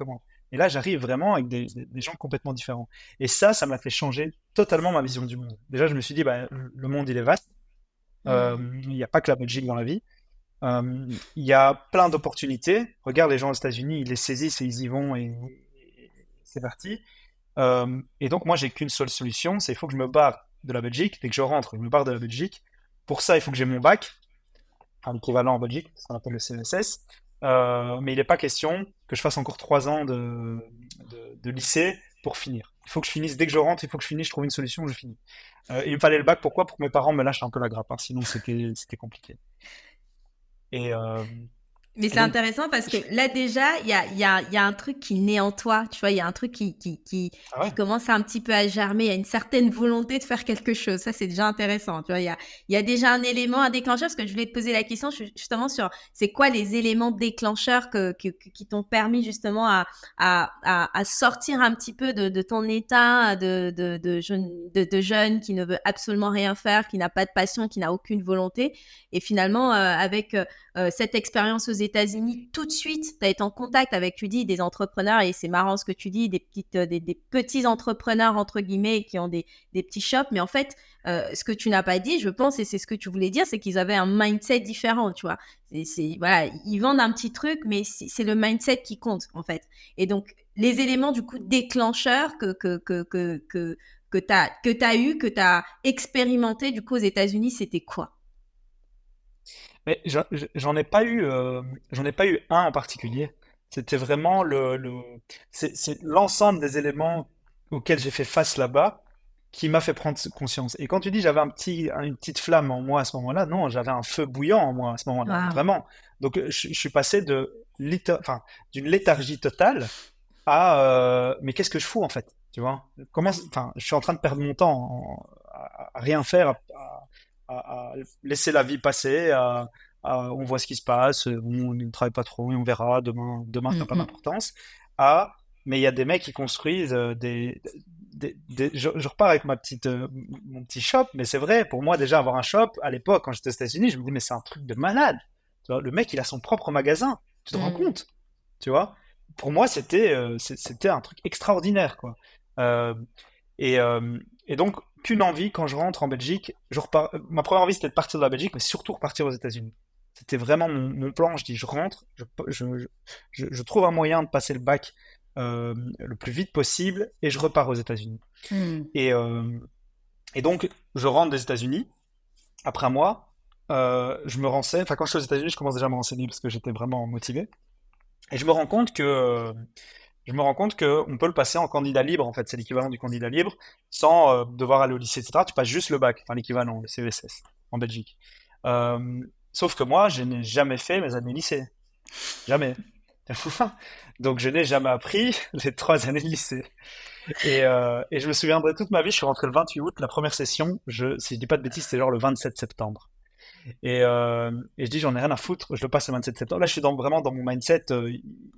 Et là, j'arrive vraiment avec des, des, des gens complètement différents. Et ça, ça m'a fait changer totalement ma vision du monde. Déjà, je me suis dit, bah, le monde, il est vaste. Euh, Mm. Il n'y a pas que la Belgique dans la vie. Euh, Il y a plein d'opportunités. Regarde les gens aux États-Unis, ils les saisissent et ils y vont et, et c'est parti. Euh, et donc, moi, j'ai qu'une seule solution, c'est il faut que je me barre de la Belgique. Dès que je rentre, je me barre de la Belgique. Pour ça, il faut que j'ai mon bac, enfin, l'équivalent en Belgique, ce qu'on appelle le C E S S. Euh, mais il n'est pas question que je fasse encore trois ans de, de, de lycée pour finir. Il faut que je finisse, dès que je rentre, il faut que je finisse, je trouve une solution, je finis. Euh, il me fallait le bac, pourquoi? Pour que mes parents me lâchent un peu la grappe, hein, sinon c'était c'était compliqué. Et, euh, Mais et c'est donc, intéressant parce que je- là déjà, il y a, il y a, il y a un truc qui naît en toi, tu vois, il y a un truc qui, qui, qui, ah qui ouais, commence un petit peu à germer, il y a une certaine volonté de faire quelque chose, ça c'est déjà intéressant, tu vois, il y a, il y a déjà un élément, un déclencheur, parce que je voulais te poser la question ju- justement sur c'est quoi les éléments déclencheurs que, que, que- qui t'ont permis justement à, à, à, à sortir un petit peu de, de ton état de, de, de, jeune, de, de jeune qui ne veut absolument rien faire, qui n'a pas de passion, qui n'a aucune volonté, et finalement euh, avec... euh, euh, cette expérience aux États-Unis, tout de suite, tu as été en contact avec, tu dis, des entrepreneurs, et c'est marrant ce que tu dis, des, petites, euh, des, des petits entrepreneurs, entre guillemets, qui ont des, des petits shops. Mais en fait, euh, ce que tu n'as pas dit, je pense, et c'est ce que tu voulais dire, c'est qu'ils avaient un mindset différent, tu vois. C'est, c'est, voilà, ils vendent un petit truc, mais c'est, c'est le mindset qui compte, en fait. Et donc, les éléments, du coup, déclencheurs que, que, que, que, que, que tu as que t'as eu, que tu as expérimenté, du coup, aux États-Unis, c'était quoi? mais j'en j'en ai pas eu, euh, j'en ai pas eu un en particulier. C'était vraiment le, le c'est c'est l'ensemble des éléments auxquels j'ai fait face là-bas qui m'a fait prendre conscience. Et quand tu dis j'avais un petit, une petite flamme en moi à ce moment-là, non, j'avais un feu bouillant en moi à ce moment-là, Waouh. vraiment. Donc euh, je, je suis passé de létha- enfin, d'une léthargie totale à euh, mais qu'est-ce que je fous en fait, tu vois? Comment, enfin, je suis en train de perdre mon temps en- à, à rien faire, à, à- à laisser la vie passer, à- à- on voit ce qui se passe, on ne travaille pas trop et on verra, demain, demain ça n'a Mm, pas mm. d'importance. À, mais il y a des mecs qui construisent euh, des, des- des- je, je repars avec ma petite, euh, mon petit shop, mais c'est vrai, pour moi déjà avoir un shop, à l'époque quand j'étais aux États-Unis, je me dis mais c'est un truc de malade. Tu vois, le mec il a son propre magasin, tu te rends Mm. compte, tu vois? Pour moi c'était euh, c'est- c'était un truc extraordinaire quoi. Euh, et, euh, et donc, qu'une envie, quand je rentre en Belgique, je repars... ma première envie c'était de partir de la Belgique, mais surtout repartir aux États-Unis. C'était vraiment mon, mon plan. Je dis, je rentre, je, je, je, je trouve un moyen de passer le bac euh, le plus vite possible et je repars aux États-Unis. Mm. Et, euh, et donc, je rentre des États-Unis. Après un mois, euh, je me renseigne. Enfin, quand je suis aux États-Unis, je commence déjà à me renseigner parce que j'étais vraiment motivé. Et je me rends compte que je me rends compte qu'on peut le passer en candidat libre, en fait, c'est l'équivalent du candidat libre, sans euh, devoir aller au lycée, et cetera. Tu passes juste le bac, enfin l'équivalent, le C E S S, en Belgique. Euh, sauf que moi, je n'ai jamais fait mes années lycée. Jamais. Donc je n'ai jamais appris les trois années de lycée. Et, euh, et je me souviendrai toute ma vie, je suis rentré le vingt-huit août, la première session, je, si je dis pas de bêtises, c'était genre le vingt-sept septembre. Et, euh, et je dis, j'en ai rien à foutre, je le passe le vingt-sept septembre. Là, je suis dans, vraiment dans mon mindset, euh,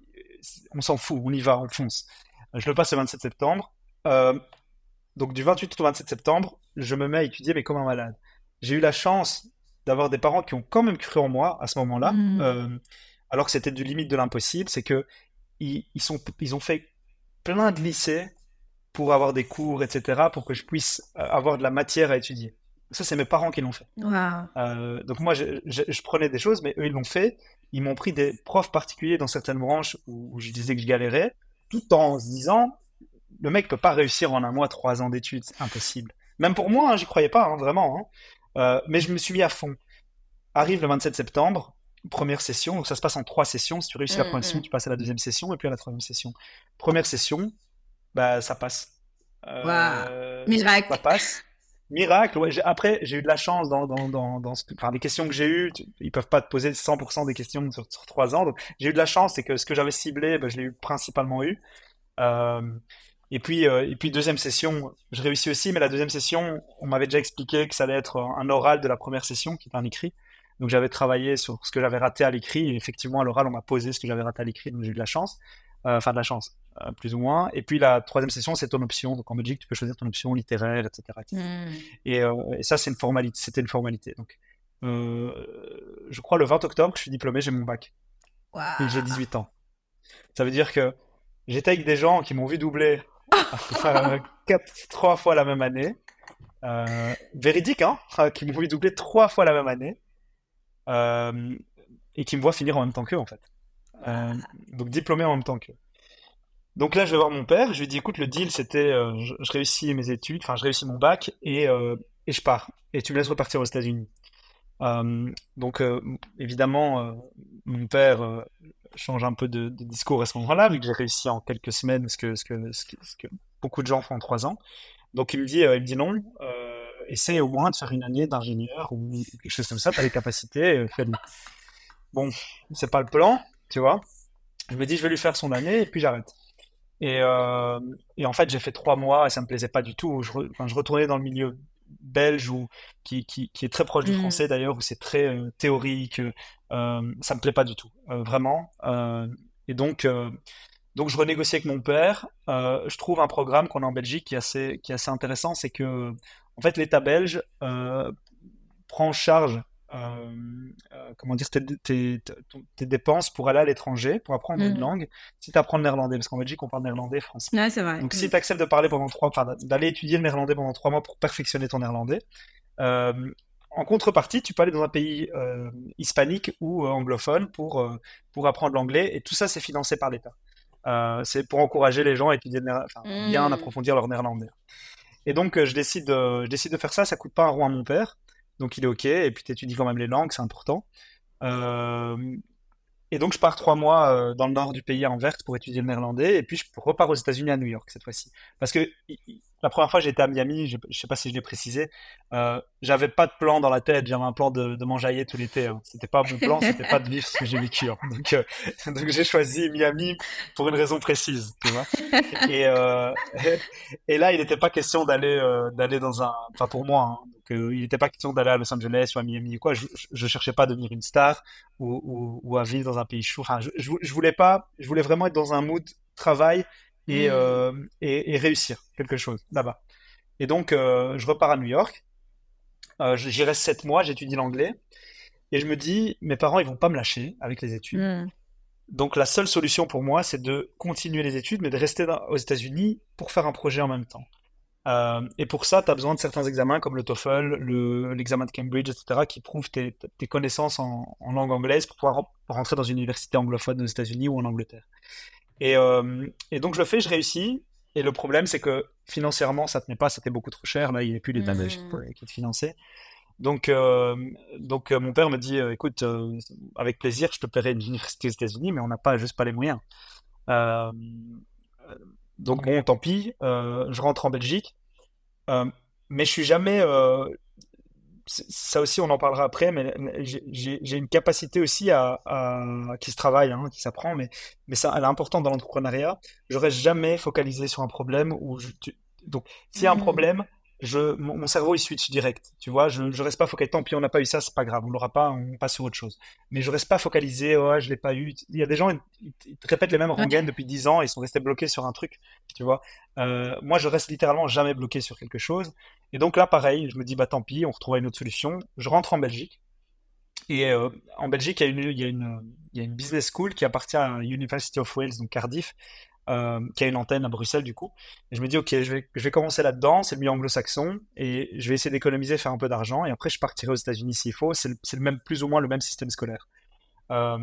on s'en fout, on y va, on fonce. Je le passe le vingt-sept septembre. Euh, donc du vingt-huit au vingt-sept septembre, je me mets à étudier, mais comme un malade. J'ai eu la chance d'avoir des parents qui ont quand même cru en moi à ce moment-là, Mm. euh, alors que c'était du limite de l'impossible. C'est que ils, ils, sont, ils ont fait plein de lycées pour avoir des cours, et cetera, pour que je puisse euh, avoir de la matière à étudier. Ça, c'est mes parents qui l'ont fait. Waouh. Euh, donc moi, je, je, je prenais des choses, mais eux, ils l'ont fait. Ils m'ont pris des profs particuliers dans certaines branches où, où je disais que je galérais, tout en se disant, le mec peut pas réussir en un mois trois ans d'études, c'est impossible. Même pour moi, hein, j'y croyais pas, hein, vraiment. Hein. Euh, mais je me suis mis à fond. Arrive le vingt-sept septembre, première session, donc ça se passe en trois sessions. Si tu réussis la Mm, première session, mm. tu passes à la deuxième session et puis à la troisième session. Première session, bah ça passe. Waouh. Euh, ça Miracle. passe. Miracle, ouais. j'ai- Après, j'ai eu de la chance dans, dans, dans, dans ce que- enfin, les questions que j'ai eues, tu- ils peuvent pas te poser cent pour cent des questions sur, sur trois ans. Donc, j'ai eu de la chance, c'est que ce que j'avais ciblé, ben, je l'ai eu principalement eu. Euh, et puis, euh, et puis deuxième session, je réussis aussi, mais la deuxième session, on m'avait déjà expliqué que ça allait être un oral de la première session, qui est un écrit. Donc, j'avais travaillé sur ce que j'avais raté à l'écrit, et effectivement, à l'oral, on m'a posé ce que j'avais raté à l'écrit, donc j'ai eu de la chance. Euh, Enfin, de la chance, euh, plus ou moins. Et puis, la troisième session, c'est ton option. Donc, en Belgique, tu peux choisir ton option littéraire, et cetera, et cetera. Mm. Et, euh, et ça, c'est une formalité. C'était une formalité. Donc, euh, je crois le vingt octobre, je suis diplômé, j'ai mon bac. Et j'ai Waouh. dix-huit ans. Ça veut dire que J'étais avec des gens qui m'ont vu doubler euh, quatre, trois fois la même année. Euh, véridique, hein, qui m'ont vu doubler trois fois la même année. Euh, et qui me voient finir en même temps qu'eux, en fait. Euh, donc diplômé en même temps qu'eux. Donc là, je vais voir mon père. Je lui dis, écoute, le deal, c'était, euh, je, je réussis mes études, enfin, je réussis mon bac et, euh, et je pars. Et tu me laisses repartir aux États-Unis. Euh, donc, euh, évidemment, euh, mon père euh, change un peu de, de discours à ce moment-là, vu que j'ai réussi en quelques semaines ce que, ce que, ce que, ce que beaucoup de gens font en trois ans. Donc, il me dit, euh, il me dit non, euh, essaie au moins de faire une année d'ingénieur ou quelque chose comme ça, tu as les capacités, euh, fais-le. Bon, c'est pas le plan, tu vois. Je me dis, je vais lui faire son année et puis j'arrête. Et, euh, et en fait, j'ai fait trois mois et ça me plaisait pas du tout. Je, re- enfin, je retournais dans le milieu belge ou qui, qui, qui est très proche du Mm. français d'ailleurs, où c'est très euh, théorique. Euh, ça me plaît pas du tout, euh, vraiment. Euh, et donc, euh, donc, je renégocie avec mon père. Euh, je trouve un programme qu'on a en Belgique qui est assez, qui est assez intéressant, c'est que en fait, l'État belge euh, prend en charge euh, euh, comment dire, tes, tes, tes- tes dépenses pour aller à l'étranger, pour apprendre une Mm. langue, si tu apprends le néerlandais, parce qu'en Belgique, on parle néerlandais et français. Ouais, c'est vrai. Donc, si Mm. tu acceptes de parler pendant trois, enfin, d'aller étudier le néerlandais pendant trois mois pour perfectionner ton néerlandais, euh, en contrepartie, tu peux aller dans un pays euh, hispanique ou euh, anglophone pour, euh, pour apprendre l'anglais, et tout ça, c'est financé par l'État. Euh, c'est pour encourager les gens à étudier le néer- enfin, à bien Mm. approfondir leur néerlandais. Et donc, euh, je décide de, je décide de faire ça, ça coûte pas un rond à mon père, donc il est OK, et puis tu étudies quand même les langues, c'est important. Euh, et donc, je pars trois mois euh, dans le nord du pays à Anvers pour étudier le néerlandais, et puis je repars aux États-Unis à New York cette fois-ci. Parce que i- i- la première fois, j'étais à Miami, je, je sais pas si je l'ai précisé, euh, j'avais pas de plan dans la tête, j'avais un plan de, de m'enjailler tout l'été. Hein. C'était pas mon plan, c'était pas de vivre ce que j'ai vécu. Hein. Donc, euh, donc j'ai choisi Miami pour une raison précise, tu vois. Et, euh, et là, il n'était pas question d'aller euh, d'aller dans un, enfin pour moi, hein. Donc, euh, il n'était pas question d'aller à Los Angeles ou à Miami ou quoi. Je, je, je cherchais pas à devenir une star ou, ou, ou à vivre dans un pays chaud. Enfin, je, je, je voulais pas, je voulais vraiment être dans un mood travail et, Mm. euh, et, et réussir quelque chose là-bas. Et donc, euh, je repars à New York. Euh, j'y reste sept mois, j'étudie l'anglais et je me dis, mes parents, ils vont pas me lâcher avec les études. Mm. Donc la seule solution pour moi, c'est de continuer les études, mais de rester dans- aux États-Unis pour faire un projet en même temps. Euh, et pour ça, tu as besoin de certains examens comme le TOEFL, le- l'examen de Cambridge, et cetera, qui prouvent tes, tes connaissances en, en langue anglaise pour pouvoir ren- rentrer dans une université anglophone aux États-Unis ou en Angleterre. Et, euh, et donc je le fais, je réussis. Et le problème, c'est que financièrement, ça tenait pas, c'était beaucoup trop cher. Là, il n'y avait plus l'État belge Mm. qui te finançait. Donc, euh, donc euh, mon père me dit, euh, écoute, euh, avec plaisir, je te paierai une université aux États-Unis, mais on n'a pas juste pas les moyens. Euh, donc bon, tant pis. Euh, je rentre en Belgique, euh, mais je suis jamais. Euh, c- ça aussi, on en parlera après, mais j'ai j'ai- j'ai une capacité aussi à, à- qui se travaille, hein, qui s'apprend, mais mais ça, elle est importante dans l'entrepreneuriat. Je reste jamais focalisé sur un problème où je, tu- donc s'il y a un Mm. problème, je mon, mon cerveau il switch direct. Tu vois, je je reste pas focalisé. Tant pis, on n'a pas eu ça, c'est pas grave, on l'aura pas, on passe sur autre chose. Mais je reste pas focalisé. Ouais, je l'ai pas eu. Il y a des gens, ils, ils- ils te répètent les mêmes rengaines Ouais. depuis dix ans, et ils sont restés bloqués sur un truc. Tu vois. Euh, moi, je reste littéralement jamais bloqué sur quelque chose. Et donc là, pareil, je me dis, bah tant pis, on retrouvera une autre solution. Je rentre en Belgique. Et euh, en Belgique, il y a une, il y a une, il y a une business school qui appartient à University of Wales, donc Cardiff, euh, qui a une antenne à Bruxelles du coup. Et je me dis, ok, je vais, je vais commencer là-dedans, c'est le milieu anglo-saxon, et je vais essayer d'économiser, faire un peu d'argent, et après je partirai aux États-Unis s'il faut. C'est le, c'est le même, plus ou moins le même système scolaire. Euh,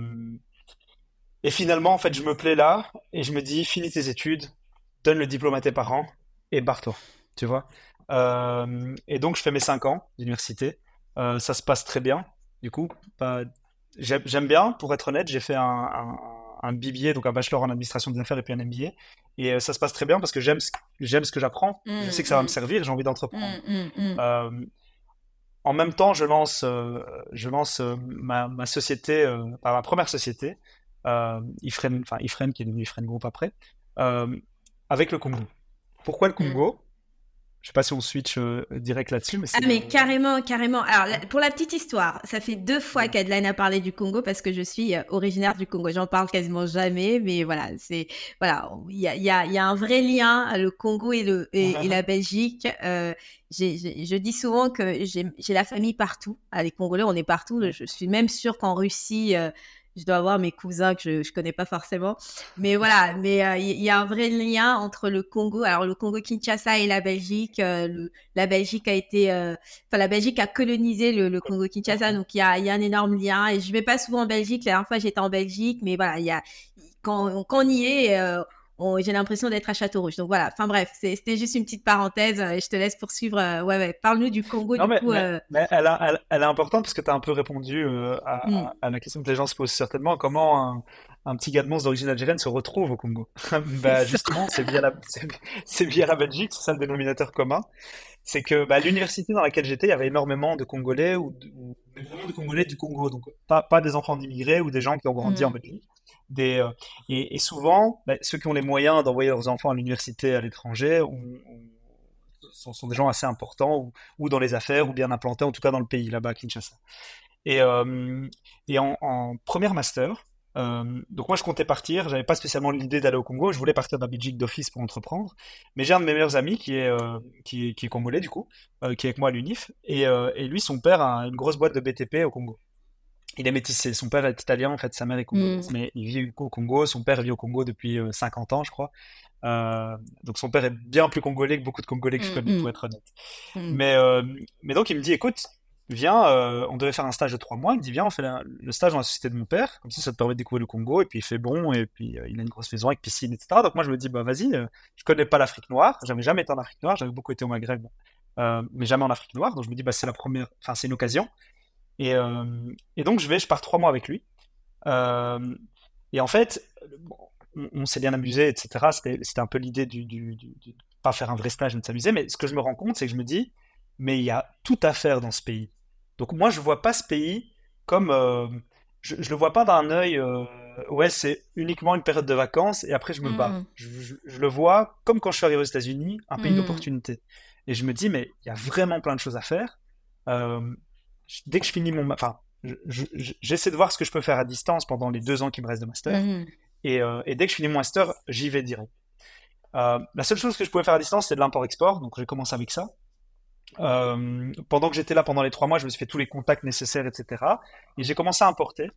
et finalement, en fait, je me plais là, et je me dis, finis tes études, donne le diplôme à tes parents, et barre-toi, tu vois. Euh, et donc, je fais mes cinq ans d'université. Euh, ça se passe très bien, du coup. Pas- J'aime j'aime bien, pour être honnête, j'ai fait un, un, un B B A, donc un bachelor en administration des affaires et puis un M B A. Et euh, ça se passe très bien parce que j'aime ce, j'aime ce que j'apprends. Je sais Mm. que ça va me Mm. servir, j'ai envie d'entreprendre. Mm. Mm. Mm. Euh, En même temps, je lance, euh, je lance euh, ma, ma société, euh, enfin, ma première société, euh, Ifren, enfin Ifren qui est devenu Ifren Group après, euh, avec le Congo. Pourquoi le Mm. Congo? Je sais pas si on switch euh, direct là-dessus, mais Ah c'est le... mais carrément, carrément. Alors la- Ouais, pour la petite histoire, ça fait deux fois dis-moi. qu'Adeline a parlé du Congo parce que je suis euh, originaire du Congo. J'en parle quasiment jamais, mais voilà, c'est voilà, il y a, il y a, il y a un vrai lien, le Congo et le et, et la Belgique. Euh, j'ai, j'ai- je dis souvent que j'ai j'ai la famille partout. Ah, les Congolais, on est partout. Ouais. Je suis même sûre qu'en Russie, euh, je dois avoir mes cousins que je, je connais pas forcément. Mais voilà, mais il euh, y, y a un vrai lien entre le Congo, alors le Congo-Kinshasa et la Belgique. Euh, le, la Belgique a été, enfin euh, la Belgique a colonisé le, le Congo-Kinshasa, donc il y a, y a un énorme lien. Et je vais pas souvent en Belgique. La dernière fois j'étais en Belgique, mais voilà, il y a quand, quand on y est. Euh, On, j'ai l'impression d'être à Château-Rouge. Donc voilà, enfin bref, c'est, c'était juste une petite parenthèse et je te laisse poursuivre. Euh, ouais, ouais, parle-nous du Congo Non, du mais, coup. mais, Euh... mais elle, a- elle, elle est importante parce que tu as un peu répondu euh, Mm. à, à la question que les gens se posent certainement. Comment un, un petit gars de Mons d'origine algérienne se retrouve au Congo? C'est Bah, ça. justement, c'est via la, c'est, c'est via la Belgique, c'est ça le dénominateur commun. C'est que bah, l'université dans laquelle j'étais, il y avait énormément de Congolais ou, de- ou vraiment de Congolais du Congo. Donc, pas, pas des enfants d'immigrés ou des gens qui ont grandi en Mm. Belgique. Des, euh, et, et souvent, bah, ceux qui ont les moyens d'envoyer leurs enfants à l'université à l'étranger ont, ont- sont, sont des gens assez importants ou, ou dans les affaires ou bien implantés, en tout cas dans le pays, là-bas à Kinshasa. Et, euh, et en, en première master, euh, donc moi je comptais partir, j'avais pas spécialement l'idée d'aller au Congo, je voulais partir de la Belgique d'office pour entreprendre, mais j'ai un de mes meilleurs amis qui est, euh, qui est, qui est congolais du coup, euh, qui est avec moi à l'UNIF, et, euh, et lui son père a une grosse boîte de B T P au Congo. Il est métissé, son père est italien en fait, sa mère est congolaise, Mm. mais il vit au Congo, son père vit au Congo depuis euh, cinquante ans je crois. Euh, donc son père est bien plus congolais que beaucoup de Congolais que je connais, pour Mm. être honnête. Mm. Mais, euh, mais donc il me dit, écoute, viens, euh, on devait faire un stage de trois mois. Il me dit, viens, on fait la- le stage dans la société de mon père, comme ça, ça te permet de découvrir le Congo. Et puis il fait bon, et puis euh, il a une grosse maison avec piscine, et cetera. Donc moi je me dis, bah vas-y, euh, je connais pas l'Afrique noire, j'avais jamais été en Afrique noire, j'avais beaucoup été au Maghreb, euh, mais jamais en Afrique noire. Donc je me dis, bah c'est la première, enfin c'est une occasion. Et, euh, et donc je vais, je pars trois mois avec lui. Euh, et en fait, bon, on, on s'est bien amusé, et cetera. C'était, c'était un peu l'idée du, du, du, du- pas faire un vrai stage, mais de s'amuser. Mais ce que je me rends compte, c'est que je me dis, mais il y a tout à faire dans ce pays. Donc moi, je vois pas ce pays comme, euh, je, je le vois pas d'un œil, euh, ouais, c'est uniquement une période de vacances et après je me barre. Mm. Je, je- je le vois comme quand je suis arrivé aux États-Unis, un pays Mm. d'opportunités. Et je me dis, mais il y a vraiment plein de choses à faire. Euh, je- dès que je finis mon, ma- enfin, je- je- je- j'essaie de voir ce que je peux faire à distance pendant les deux ans qui me restent de master. Mm. Et, euh, et dès que je finis mon master, j'y vais direct. Euh, la seule chose que je pouvais faire à distance, c'est de l'import-export. Donc j'ai commencé avec ça. Euh, pendant que j'étais là pendant les trois mois, je me suis fait tous les contacts nécessaires, et cetera. Et j'ai commencé à importer.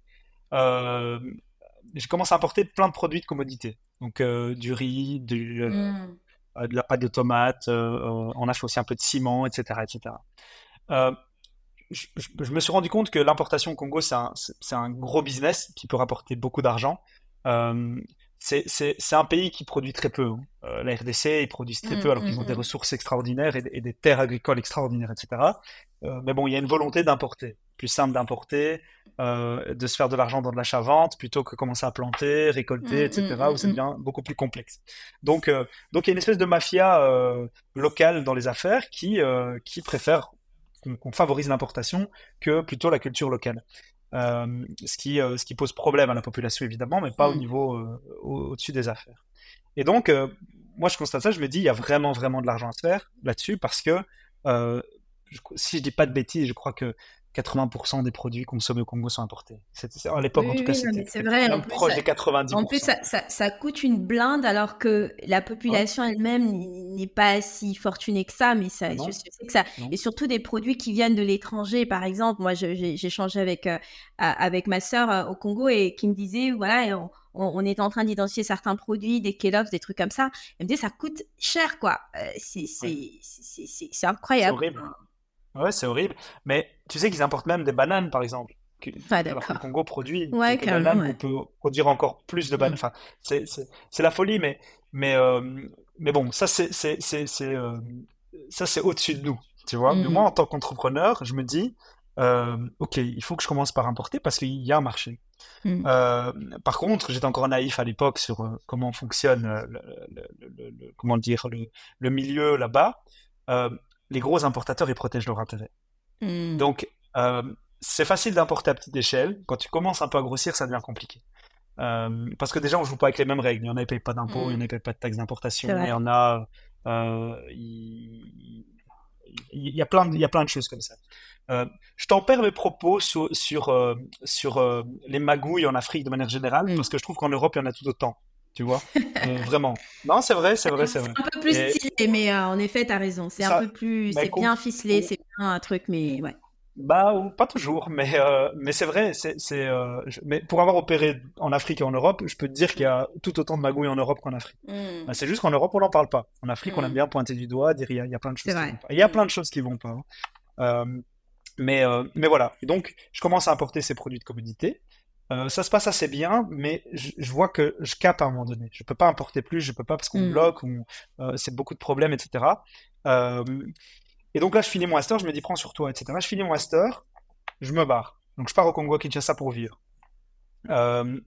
Euh, j'ai commencé à importer plein de produits de commodité. Donc euh, du riz, du, euh, Mm. de la pâte de tomate, euh, euh, on a fait aussi un peu de ciment, et cetera, et cetera. Euh, je, je- je me suis rendu compte que l'importation au Congo, c'est un, c'est c'est un gros business qui peut rapporter beaucoup d'argent. Euh, c'est c'est- c'est un pays qui produit très peu, hein. Euh, la R D C, ils produisent très peu Mm. alors qu'ils ont des Mm. ressources extraordinaires et, et des terres agricoles extraordinaires, et cetera. Euh, mais bon, il y a une volonté d'importer. Plus simple d'importer, euh, de se faire de l'argent dans de l'achat-vente plutôt que commencer à planter, récolter, Mm. et cetera, où Mm. ça Mm. devient beaucoup plus complexe. Donc, euh, donc il y a une espèce de mafia euh, locale dans les affaires qui, euh, qui préfère qu'on qu'on favorise l'importation que plutôt la culture locale. Euh, ce qui, euh, ce qui pose problème à la population évidemment, mais pas au Mm. niveau euh, au- au-dessus des affaires. Et donc, euh, moi je constate ça, je me dis, il y a vraiment, vraiment de l'argent à se faire là-dessus parce que, euh, je- si je dis pas de bêtises, je crois que quatre-vingts pour cent des produits consommés au Congo sont importés. C'était- À Oui, l'époque, en tout oui, cas, oui, non, mais c'était c'est c'était vrai. En même plus, ça, proche des en plus, quatre-vingt-dix pour cent. ça, ça, ça coûte une blinde alors que la Ouais, population elle-même n- n'est pas si fortunée que ça. Mais ça, bah je, je non, sais que ça, non. et surtout des produits qui viennent de l'étranger. Par exemple, moi, je- j'ai j'ai échangé avec euh, a- avec ma sœur euh, au Congo et qui me disait, voilà, et on, on, on est en train d'identifier certains produits, des Kellogg's, des trucs comme ça. Elle me dit, ça coûte cher, quoi. Euh, c'est Ouais. c'est c'est c'est- c'est C'est incroyable. horrible. Ouais, c'est horrible. Mais tu sais qu'ils importent même des bananes, par exemple. Que- Enfin, alors que le d'accord. Congo produit Ouais, quelques carrément, bananes qu'on ouais. peut produire encore plus de bananes. Mm. Enfin, c'est, c'est, c'est la folie, mais, mais, euh, mais bon, ça, c'est, c'est, c'est, c'est, euh, ça, c'est au-dessus de nous, tu vois. Mais moi, Mm. en tant qu'entrepreneur, je me dis, euh, OK, il faut que je commence par importer parce qu'il y a un marché. Mm. Euh, par contre, j'étais encore naïf à l'époque sur euh, comment fonctionne, euh, le, le- le- le- le- comment dire, le, le milieu là-bas. Euh, les gros importateurs, ils protègent leur intérêt. Mm. Donc, euh, c'est facile d'importer à petite échelle. Quand tu commences un peu à grossir, ça devient compliqué. Euh, parce que déjà, on joue pas avec les mêmes règles. Il y en a qui payent pas d'impôts, il y en Mm. a qui payent pas de taxes C'est d'importation, il y vrai. en a, euh, il, il y a plein de, il y a plein de choses comme ça. Euh, je tempère mes propos sur, sur, euh, sur euh, les magouilles en Afrique de manière générale, Mm. parce que je trouve qu'en Europe, il y en a tout autant. Tu vois? Euh, vraiment. Non, c'est vrai, c'est vrai, c'est C'est vrai. un peu plus Et stylé, mais euh, en effet, tu as raison. C'est un ça, peu plus, mais c'est com- bien ficelé, c'est bien un truc, mais ouais. Bah, ou pas toujours, mais, euh, mais c'est vrai, c'est, c'est, euh, je- mais pour avoir opéré en Afrique et en Europe, je peux te dire qu'il y a tout autant de magouilles en Europe qu'en Afrique. Hmm, Bah, c'est juste qu'en Europe, on n'en parle pas. En Afrique, on aime hmm. bien pointer du doigt, dire il y a, il y a plein de C'est choses qui vrai. vont pas. Et il y a Hmm, plein de choses qui vont pas, hein. Euh, mais, euh, mais voilà. Et donc, je commence à importer ces produits de commodité. Euh, ça se passe assez bien, mais je, je vois que je cape à un moment donné. Je peux pas importer plus, je peux pas parce qu'on me hmm. bloque, on, euh, c'est beaucoup de problèmes, et cetera. Euh, et donc là, je finis mon master, je me dis prends sur toi, et cetera. Je finis mon master, je me barre. Donc je pars au Congo à Kinshasa pour vivre. Euh,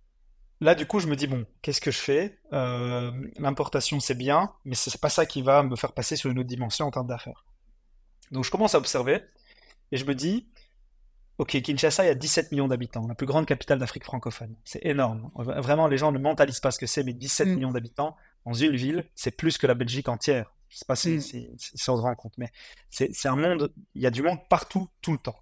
Là, du coup, je me dis bon, qu'est-ce que je fais? Euh, L'importation, c'est bien, mais c'est pas ça qui va me faire passer sur une autre dimension en termes d'affaires. Donc je commence à observer et je me dis, ok, Kinshasa, il y a dix-sept millions d'habitants, la plus grande capitale d'Afrique francophone. C'est énorme. Vraiment, les gens ne mentalisent pas ce que c'est, mais dix-sept Hmm, millions d'habitants dans une ville, c'est plus que la Belgique entière. Je sais pas si, hmm. si, si on se rend compte, mais c'est c'est un monde, il y a du monde partout, tout le temps.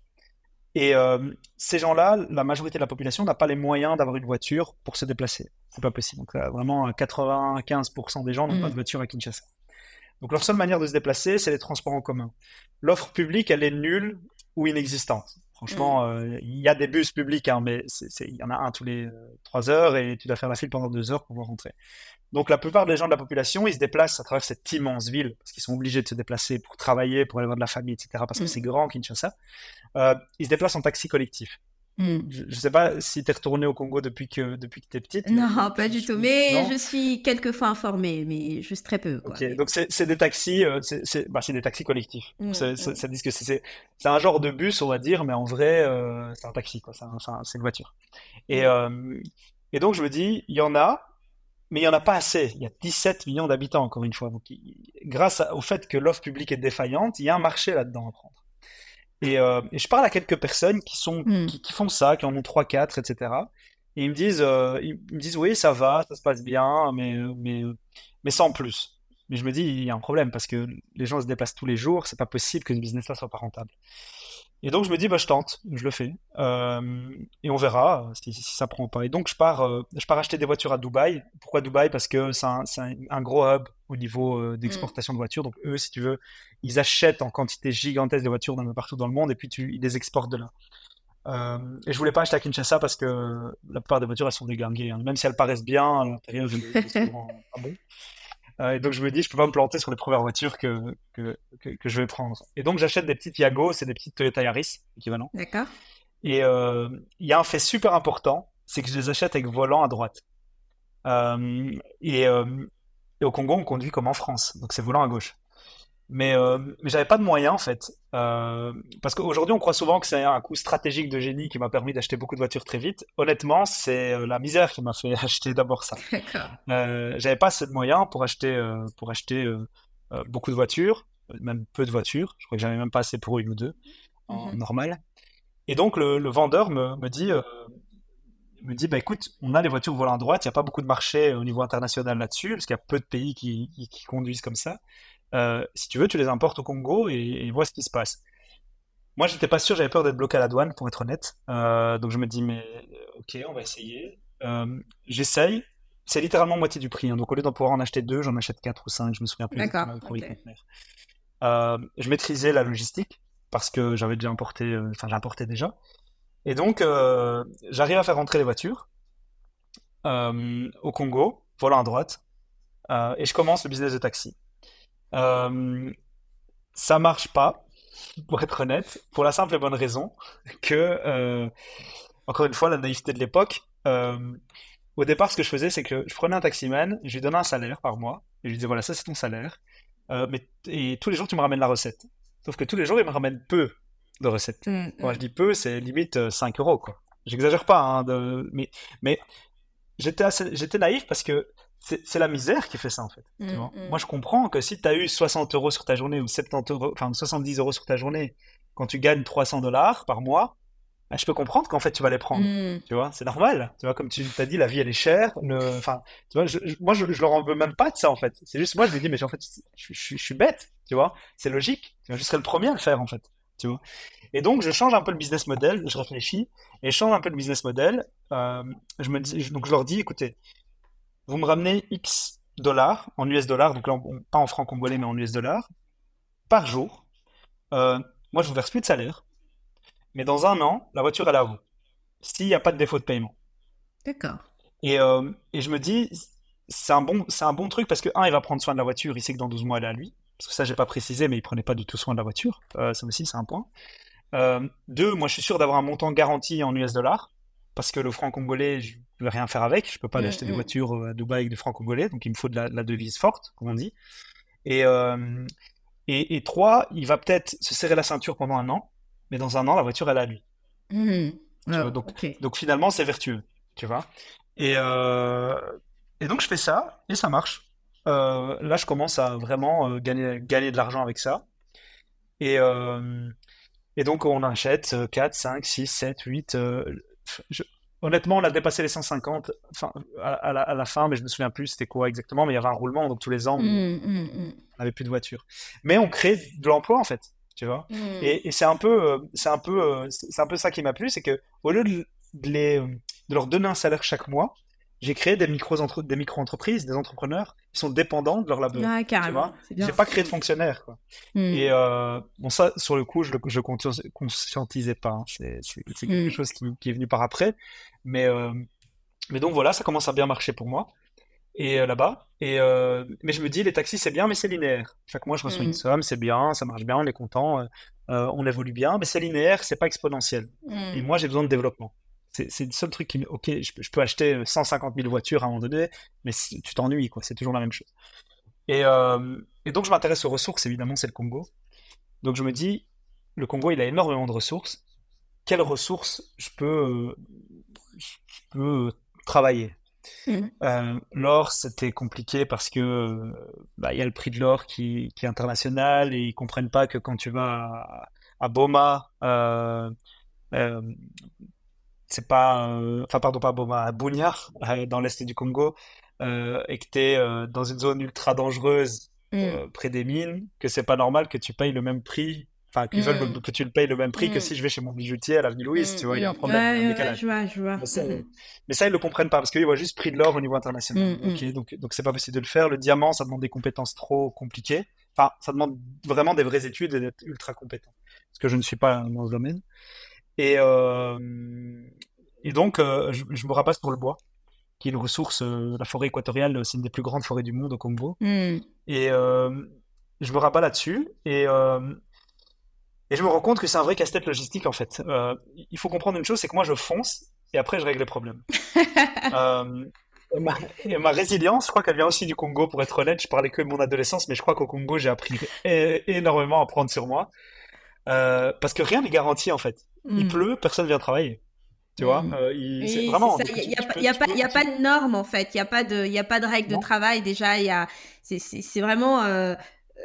Et euh, ces gens-là, la majorité de la population n'a pas les moyens d'avoir une voiture pour se déplacer. C'est pas possible. Donc, euh, vraiment, quatre-vingt-quinze pour cent des gens n'ont pas de Hmm. voiture à Kinshasa. Donc, leur seule manière de se déplacer, c'est les transports en commun. L'offre publique, elle est nulle ou inexistante. Hmm. Franchement, euh, il y a des bus publics, hein, mais c'est- c'est- il y en a un tous les euh, trois heures et tu dois faire la file pendant deux heures pour pouvoir rentrer. Donc la plupart des gens de la population, ils se déplacent à travers cette immense ville, parce qu'ils sont obligés de se déplacer pour travailler, pour aller voir de la famille, et cetera, parce que c'est Hmm. grand, Kinshasa. Euh, ils se déplacent en taxi collectif. Hmm. Je ne sais pas si tu es retourné au Congo depuis que, depuis que tu es petite, mais Non, pas je, du je- tout. Mais non? je suis quelquefois informée, mais juste très peu, quoi. Ok, Mais donc c'est c'est des taxis, euh, c'est c'est- bah, c'est des taxis collectifs. bon. Hmm, C'est- c'est- hmm. Ça dit que c'est c'est- c'est un genre de bus, on va dire, mais en vrai, euh, c'est un taxi, quoi. C'est un- c'est un- c'est une voiture. Et, Hmm. euh, et donc je me dis, il y en a, mais il n'y en a pas assez. Il y a dix-sept millions d'habitants, encore une fois. Donc, il- grâce à- au fait que l'offre publique est défaillante, il y a un marché là-dedans à prendre. Et, euh, et je parle à quelques personnes qui sont, Hmm. qui, qui font ça, qui en ont trois, quatre, et cetera. Et ils me disent, euh, ils me disent, oui, ça va, ça se passe bien, mais, mais, mais sans plus. Mais je me dis, il y a un problème parce que les gens se déplacent tous les jours, c'est pas possible que ce business-là soit pas rentable. Et donc je me dis, bah, je tente, je le fais. Euh, et on verra euh, si, si ça prend ou pas. Et donc je pars, euh, je pars acheter des voitures à Dubaï. Pourquoi Dubaï? Parce que c'est un, c'est un- un gros hub au niveau euh, Hmm. d'exportation de voitures. Donc eux, si tu veux, ils achètent en quantité gigantesque des voitures d'un peu partout dans le monde et puis tu, ils les exportent de là. Euh, et je voulais pas acheter à Kinshasa parce que la plupart des voitures, elles sont déglinguées, hein. Même si elles paraissent bien, à l'intérieur, il y a des souvent pas bon. Euh, et donc je me dis, je peux pas me planter sur les premières voitures que, que, que, que je vais prendre. Et donc j'achète des petites Yago, c'est des petites Toyota Yaris, équivalent. D'accord. Et euh, il y a un fait super important, c'est que je les achète avec volant à droite. Euh, et, euh, et au Congo, on conduit comme en France, donc c'est volant à gauche. Mais, euh, mais j'avais pas de moyens en fait. Euh, parce qu'aujourd'hui, on croit souvent que c'est un coup stratégique de génie qui m'a permis d'acheter beaucoup de voitures très vite. Honnêtement, c'est euh, la misère qui m'a fait acheter d'abord ça. D'accord. Euh, j'avais pas assez de moyens pour acheter, euh, pour acheter euh, euh, beaucoup de voitures, même peu de voitures. Je crois que j'avais même pas assez pour une ou deux en Mhm. normal. Et donc le, le vendeur me, me dit, euh, me dit, bah écoute, on a les voitures volant à droite, il n'y a pas beaucoup de marché au niveau international là-dessus, parce qu'il y a peu de pays qui, qui, qui conduisent comme ça. Euh, si tu veux, tu les importes au Congo et, et vois ce qui se passe. Moi, j'étais pas sûr, j'avais peur d'être bloqué à la douane, pour être honnête. Euh, donc je me dis, mais euh, ok, on va essayer. Euh, J'essaye. C'est littéralement moitié du prix, hein. Donc au lieu d'en pouvoir en acheter deux, j'en achète quatre ou cinq. Je me souviens plus D'accord. exactement le premier Ok. conteneur. Euh, je maîtrisais la logistique parce que j'avais déjà importé, euh, enfin j'importais déjà. Et donc euh, j'arrive à faire rentrer les voitures euh, au Congo, volant à droite, euh, et je commence le business de taxi. Euh, Ça marche pas, pour être honnête, pour la simple et bonne raison que, euh, encore une fois, la naïveté de l'époque. Euh, au départ, ce que je faisais, c'est que je prenais un taximan, je lui donnais un salaire par mois, et je lui disais voilà, ça c'est ton salaire, euh, mais et tous les jours tu me ramènes la recette. Sauf que tous les jours, il me ramène peu de recettes. Hmm, Quand je hmm. dis peu, c'est limite euh, cinq euros, quoi. J'exagère pas, hein, de- mais, mais j'étais assez- j'étais naïf parce que c'est c'est la misère qui fait ça en fait. Tu Hmm, vois. Moi hmm. je comprends que si tu as eu soixante euros sur ta journée ou soixante-dix euros, enfin soixante-dix euros sur ta journée, quand tu gagnes trois cents dollars par mois, bah, je peux comprendre qu'en fait tu vas les prendre. Hmm. Tu vois, c'est normal. Tu vois, comme tu t'as dit, la vie elle est chère. Le... Enfin, tu vois, je, je- moi je, je leur en veux même pas de ça en fait. C'est juste moi je me dis mais en fait je, je- je suis bête. Tu vois, c'est logique. Tu vois, je serais le premier à le faire en fait. Tu vois. Et donc, je change un peu le business model, je réfléchis, et je change un peu le business model. Euh, je me dis, donc, je leur dis, écoutez, vous me ramenez X dollars, en U S dollars, donc là, on- pas en francs congolais, mais en U S dollars, par jour. Euh, Moi, je vous verse plus de salaire. Mais dans un an, la voiture, elle est à vous. S'il n'y a pas de défaut de paiement. D'accord. Et, euh, et je me dis, c'est un bon, c'est un bon truc parce que, un, il va prendre soin de la voiture, il sait que dans douze mois, elle est à lui. Parce que ça, j'ai pas précisé, mais il prenait pas du tout soin de la voiture. Euh, ça aussi, c'est un point. Euh, deux, moi, je suis sûr d'avoir un montant garanti en U S dollars. Parce que le franc congolais, je ne vais rien faire avec. Je peux pas aller acheter des Mm, voitures euh, à Dubaï avec des francs congolais. Donc, il me faut de la, de la devise forte, comme on dit. Et, euh, et, et trois, il va peut-être se serrer la ceinture pendant un an. Mais dans un an, la voiture, elle est à lui. mm. Tu Oh, vois, donc, ok. donc finalement, c'est vertueux, tu vois. Et, euh, et donc, je fais ça et ça marche. Euh, là, je commence à vraiment euh, gagner, gagner de l'argent avec ça. Et, euh, et donc, on achète euh, quatre, cinq, six, sept, huit. euh, je- Honnêtement, on a dépassé les cent cinquante enfin, à, à la, à la fin, mais je me souviens plus c'était quoi exactement. Mais il y avait un roulement, donc tous les ans, on Mm, mm, mm. n'avait plus de voiture. Mais on crée de l'emploi, en fait, tu vois. Mm. Et, et c'est un peu, euh, c'est un peu, euh, c'est c'est un peu ça qui m'a plu, c'est que au lieu de, de les, de leur donner un salaire chaque mois, j'ai créé des micro des micro-entreprises, des entrepreneurs qui sont dépendants de leur labeur, Ouais, tu carrément. vois. C'est J'ai bien. pas créé de fonctionnaires, quoi. Et Mm, euh, bon, ça, sur le coup, je le je conscien- conscientisais pas, hein. C'est c'est- c'est quelque mm, chose qui, qui est venu par après. Mais, euh, mais donc voilà, ça commence à bien marcher pour moi et euh, là-bas. Et euh, mais je me dis, les taxis, c'est bien, mais c'est linéaire. Chaque mois, je reçois une mm, somme, c'est bien, ça marche bien, on est content, euh, euh, on évolue bien, mais c'est linéaire, c'est pas exponentiel. Et mm. moi, j'ai besoin de développement. C'est c'est le seul truc qui me... Ok, je peux, je peux acheter cent cinquante mille voitures à un moment donné, mais si- tu t'ennuies, quoi. C'est toujours la même chose. Et, euh, et donc, je m'intéresse aux ressources, évidemment, c'est le Congo. Donc, je me dis, le Congo, il a énormément de ressources. Quelles ressources je peux, euh, je peux travailler? Mm. Euh, l'or, c'était compliqué parce que euh, bah, il y a le prix de l'or qui, qui est international et ils comprennent pas que quand tu vas à, à Boma, euh, euh, c'est pas, euh, enfin pardon pas à Boma, à Bunia, euh, dans l'est du Congo, euh, et que tu es dans une zone ultra dangereuse Mm, euh, près des mines, que c'est pas normal que tu payes le même prix, enfin qu'ils veulent mm, que tu le payes le même prix que mm, si je vais chez mon bijoutier à l'avenue mm, Louise, tu vois, il y a un mm. problème, il y a un Ouais, ouais, décalage. je vois, je vois. Mais ça, Mm, mais ça, ils le comprennent pas parce qu'ils voient juste prix de l'or au niveau international. mm, Ok, mm, donc donc c'est pas possible de le faire. Le diamant, ça demande des compétences trop compliquées. Enfin, ça demande vraiment des vraies études et d'être ultra compétent. Parce que je ne suis pas dans ce domaine. Et euh, et donc euh, je, je me rapace pour le bois, qui est une ressource. Euh, la forêt équatoriale, c'est une des plus grandes forêts du monde au Congo. mm, Et euh, je me rabats là-dessus. Et euh, et je me rends compte que c'est un vrai casse-tête logistique en fait. Euh, il faut comprendre une chose, c'est que moi je fonce et après je règle les problèmes. Euh, et ma, et ma résilience, je crois qu'elle vient aussi du Congo, pour être honnête. Je parlais que de mon adolescence, mais je crois qu'au Congo, j'ai appris é- énormément à prendre sur moi. Euh, parce que rien n'est garanti, en fait. Il mm, pleut, personne vient travailler. Tu vois, mm. euh, il- c'est Oui, c'est vraiment. ça. Donc, Il tu, n'y a, y a tu pas, peux, y a tu pas, peux, y a pas tu- de normes, en fait. Il n'y a pas de, y a pas de règles de non. travail. Déjà, y a, c'est, c'est, c'est vraiment, euh, euh,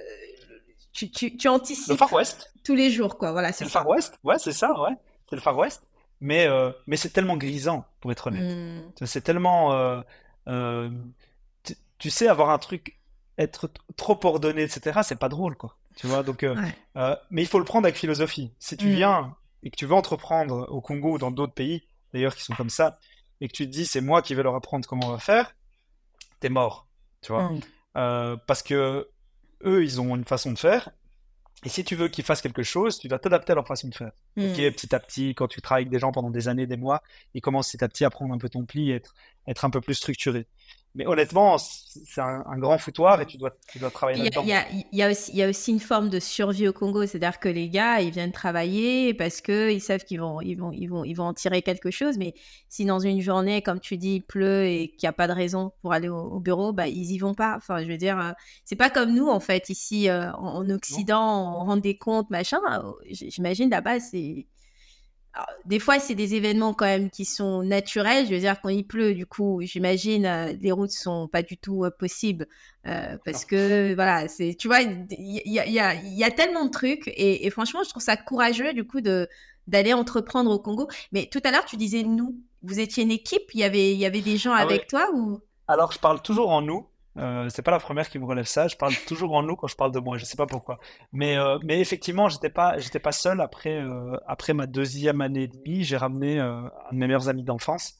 tu, tu, tu Le anticipes Far West, tous les jours, quoi. Voilà, c'est c'est le ça. Far West. Ouais, c'est ça, ouais. C'est le Far West. Mais, euh, mais c'est tellement grisant, pour être honnête. Mm. Tu vois, c'est tellement. euh, euh, tu, tu sais, avoir un truc, être t- trop ordonné, et cetera, c'est pas drôle, quoi. Tu vois, donc, euh, Ouais. euh, mais il faut le prendre avec philosophie. Si tu Mm. viens et que tu veux entreprendre au Congo ou dans d'autres pays, d'ailleurs, qui sont comme ça, et que tu te dis, c'est moi qui vais leur apprendre comment on va faire, t'es mort, tu vois. Mm. Euh, parce que eux, ils ont une façon de faire, et si tu veux qu'ils fassent quelque chose, tu dois t'adapter à leur façon de faire. Ok, Mm. petit à petit, quand tu travailles avec des gens pendant des années, des mois, ils commencent petit à petit à prendre un peu ton pli et être, être un peu plus structuré. Mais honnêtement, c'est un, un grand foutoir et tu dois, tu dois travailler Il y a, il là-dedans. y a- il y a aussi, il y a aussi une forme de survie au Congo, c'est-à-dire que les gars, ils viennent travailler parce que ils savent qu'ils vont, ils vont, ils vont, ils vont en tirer quelque chose. Mais si dans une journée, comme tu dis, il pleut et qu'il n'y a pas de raison pour aller au, au bureau, bah ils y vont pas. Enfin, je veux dire, euh, c'est pas comme nous en fait ici euh, en, en Non. Occident, on rend des comptes, machin. Euh, j- J'imagine là-bas, c'est alors, des fois, c'est des événements quand même qui sont naturels. Je veux dire, quand il pleut, du coup, j'imagine, euh, les routes sont pas du tout euh, possibles euh, parce Non. que, voilà, c'est, tu vois, il y, a, il y, a, il y a tellement de trucs et, et franchement, je trouve ça courageux, du coup, de d'aller entreprendre au Congo. Mais tout à l'heure, tu disais nous, vous étiez une équipe, il y avait, il y avait des gens Ah ouais. avec toi ou? Alors, je parle toujours en nous. Euh, c'est pas la première qui me relève ça. Je parle toujours en nous quand je parle de moi. Je sais pas pourquoi. Mais, euh, mais effectivement, j'étais pas, j'étais pas seul. Après, euh, après ma deuxième année et demie, j'ai ramené euh, un de mes meilleurs amis d'enfance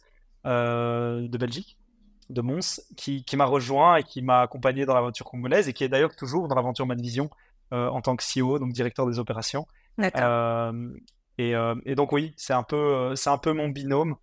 euh, de Belgique, de Mons, qui, qui m'a rejoint et qui m'a accompagné dans l'aventure congolaise et qui est d'ailleurs toujours dans l'aventure Madvision euh, en tant que C E O, donc directeur des opérations. D'accord. Euh, Et, euh, et donc oui, c'est un peu, euh, c'est un peu mon binôme.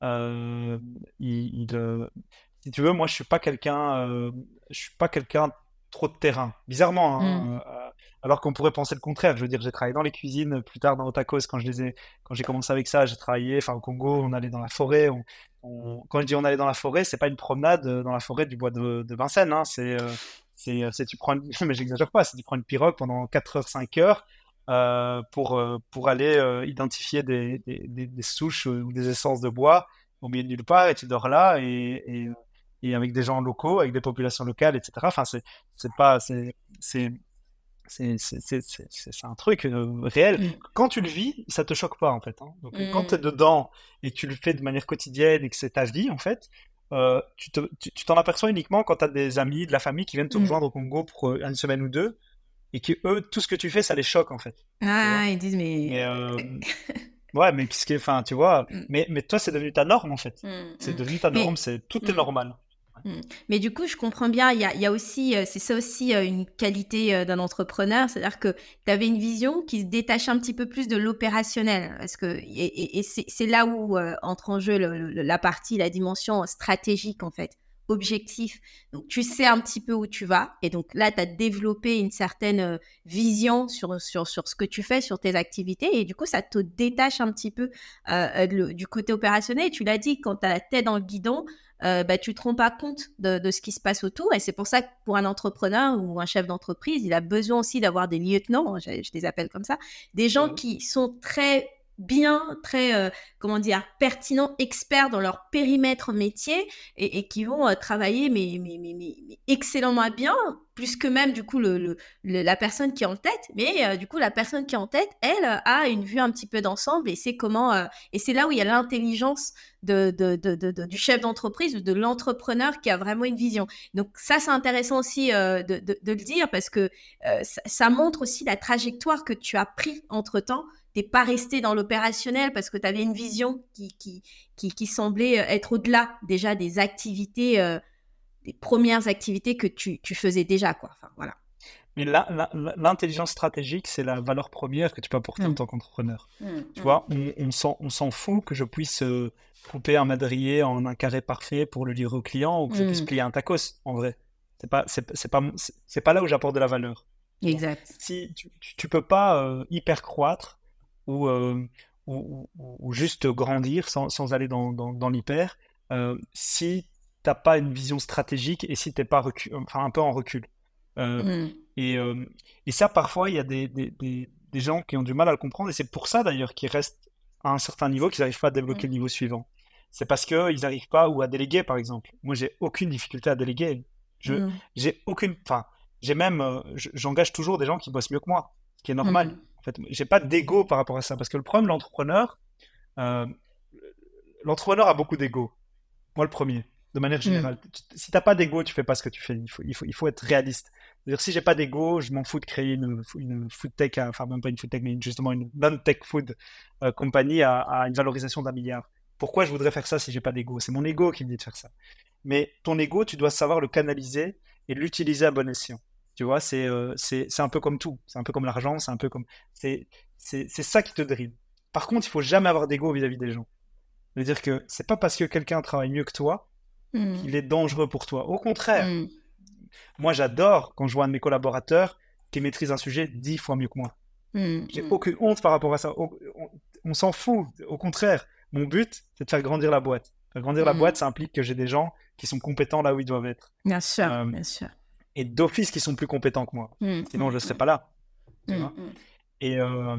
Euh, il, il, euh, si tu veux, moi je suis pas quelqu'un, euh, je suis pas quelqu'un trop de terrain. Bizarrement, Mm. hein, euh, alors qu'on pourrait penser le contraire. Je veux dire, j'ai travaillé dans les cuisines plus tard dans Otakos quand je les ai, quand j'ai commencé avec ça. J'ai travaillé, enfin au Congo, on allait dans la forêt. On, on- quand je dis on allait dans la forêt, c'est pas une promenade euh, dans la forêt du bois de, de Vincennes. Hein, c'est, euh, c'est, euh, c'est tu prends, une, mais j'exagère pas, c'est tu prends une pirogue pendant quatre heures, cinq heures euh, pour, euh, pour aller euh, identifier des, des, des- des souches euh, ou des essences de bois au milieu de nulle part et tu dors là et, et, et avec des gens locaux, avec des populations locales, et cetera. Enfin, c'est, c'est pas, c'est, c'est, c'est, c'est, c'est, c'est- c'est- c'est un truc euh, réel. Mm. Quand tu le vis, ça te choque pas en fait. Hein. Donc, quand tu es Mm. dedans et que tu le fais de manière quotidienne et que c'est ta vie en fait, euh, tu te, tu, tu t'en aperçois uniquement quand tu as des amis, de la famille qui viennent te Mm. rejoindre au Congo pour euh, une semaine ou deux et que eux, tout ce que tu fais, ça les choque en fait. Tu vois? Ah, ils disent, mais... Mais euh, ouais, mais qu'est-ce qui est, enfin, tu vois, Mm. mais, mais toi, c'est devenu ta norme en fait. Mm. C'est Mm. devenu ta norme, Mais... c'est tout est Mm. normal. Mm. Mais du coup, je comprends bien, il y a, il y a aussi, euh, c'est ça aussi euh, une qualité euh, d'un entrepreneur, c'est-à-dire que tu avais une vision qui se détache un petit peu plus de l'opérationnel, parce que, et, et- et c'est c'est là où euh, entre en jeu le- le- la partie, la dimension stratégique en fait, objectif. Donc, tu sais un petit peu où tu vas, et donc là, tu as développé une certaine euh, vision sur, sur, sur ce que tu fais, sur tes activités, et du coup, ça te détache un petit peu euh, euh, de le- du côté opérationnel. Et tu l'as dit, quand tu as la tête dans le guidon, euh, bah, tu te rends pas compte de, de ce qui se passe autour. Et c'est pour ça que pour un entrepreneur ou un chef d'entreprise, il a besoin aussi d'avoir des lieutenants, je, je les appelle comme ça, des gens Mhm. qui sont très bien, très, euh, comment dire, pertinents, experts dans leur périmètre métier et, et qui vont euh, travailler mais, mais, mais, mais, mais excellemment bien, plus que même du coup le, le, le- la personne qui est en tête. Mais euh, du coup, la personne qui est en tête, elle, euh, a une vue un petit peu d'ensemble et c'est comment, euh, et c'est là où il y a l'intelligence de, de, de, de, de- du chef d'entreprise ou de l'entrepreneur qui a vraiment une vision. Donc ça, c'est intéressant aussi euh, de, de, de le dire parce que euh, ça, ça montre aussi la trajectoire que tu as pris entre-temps. Tu n'es pas resté dans l'opérationnel parce que tu avais une vision qui, qui, qui, qui semblait être au-delà déjà des activités, euh, des premières activités que tu, tu faisais déjà, quoi. Enfin, voilà. Mais la- la- la- l'intelligence stratégique, c'est la valeur première que tu peux apporter en Mm. tant qu'entrepreneur. Mm, Tu mm, vois, on, on s'en, on s'en fout que je puisse euh, couper un madrier en un carré parfait pour le livrer au client ou que je puisse mm. plier un tacos, en vrai. C'est pas, c'est, c'est pas, mon- c'est c'est pas là où j'apporte de la valeur. Tu vois. Exact. Si tu, tu, tu peux pas euh, hyper croître ou, euh, ou, ou- ou juste grandir sans, sans aller dans, dans, dans l'hyper euh, si t'as pas une vision stratégique et si t'es pas recu- enfin, un peu en recul. Euh, Mm, et, euh, et ça, parfois, il y a des, des, des, des gens qui ont du mal à le comprendre, et c'est pour ça d'ailleurs qu'ils restent à un certain niveau, qu'ils n'arrivent pas à débloquer mm, le niveau suivant. C'est parce qu'ils n'arrivent pas, ou à déléguer, par exemple. Moi, j'ai aucune difficulté à déléguer. Je, mm, j'ai aucune, enfin, j'ai même, euh, je- j'engage toujours des gens qui bossent mieux que moi, ce qui est normal. mm, En fait, j'ai pas d'ego par rapport à ça, parce que le problème de l'entrepreneur, euh, l'entrepreneur a beaucoup d'ego. Moi, le premier, de manière mm. générale. Tu- Si t'as pas d'ego, tu fais pas ce que tu fais. Il faut, il faut, il faut être réaliste. C'est-à-dire, si j'ai pas d'ego, je m'en fous de créer une, une food tech, à- enfin, même pas une food tech, mais justement une non-tech food euh, compagnie à, à une valorisation d'un milliard. Pourquoi je voudrais faire ça si j'ai pas d'ego? C'est mon ego qui me dit de faire ça. Mais ton ego, tu dois savoir le canaliser et l'utiliser à bon escient. Tu vois, c'est euh, c'est c'est un peu comme tout. C'est un peu comme l'argent, c'est un peu comme. C'est c'est c'est ça qui te drine. Par contre, il faut jamais avoir d'ego vis-à-vis des gens. C'est-à-dire que c'est pas parce que quelqu'un travaille mieux que toi Mm, qu'il est dangereux pour toi. Au contraire, mm, moi j'adore quand je vois un de mes collaborateurs qui maîtrise un sujet dix fois mieux que moi. mm, J'ai mm, aucune honte par rapport à ça. On, on- on s'en fout. Au contraire, mon but, c'est de faire grandir la boîte. Faire grandir la boîte, mm. ça implique que j'ai des gens qui sont compétents là où ils doivent être. Bien sûr, Euh, bien sûr. et d'office qui sont plus compétents que moi. Mm, Sinon, je ne serais mm, pas là. Tu mm, vois. mm, Et, euh,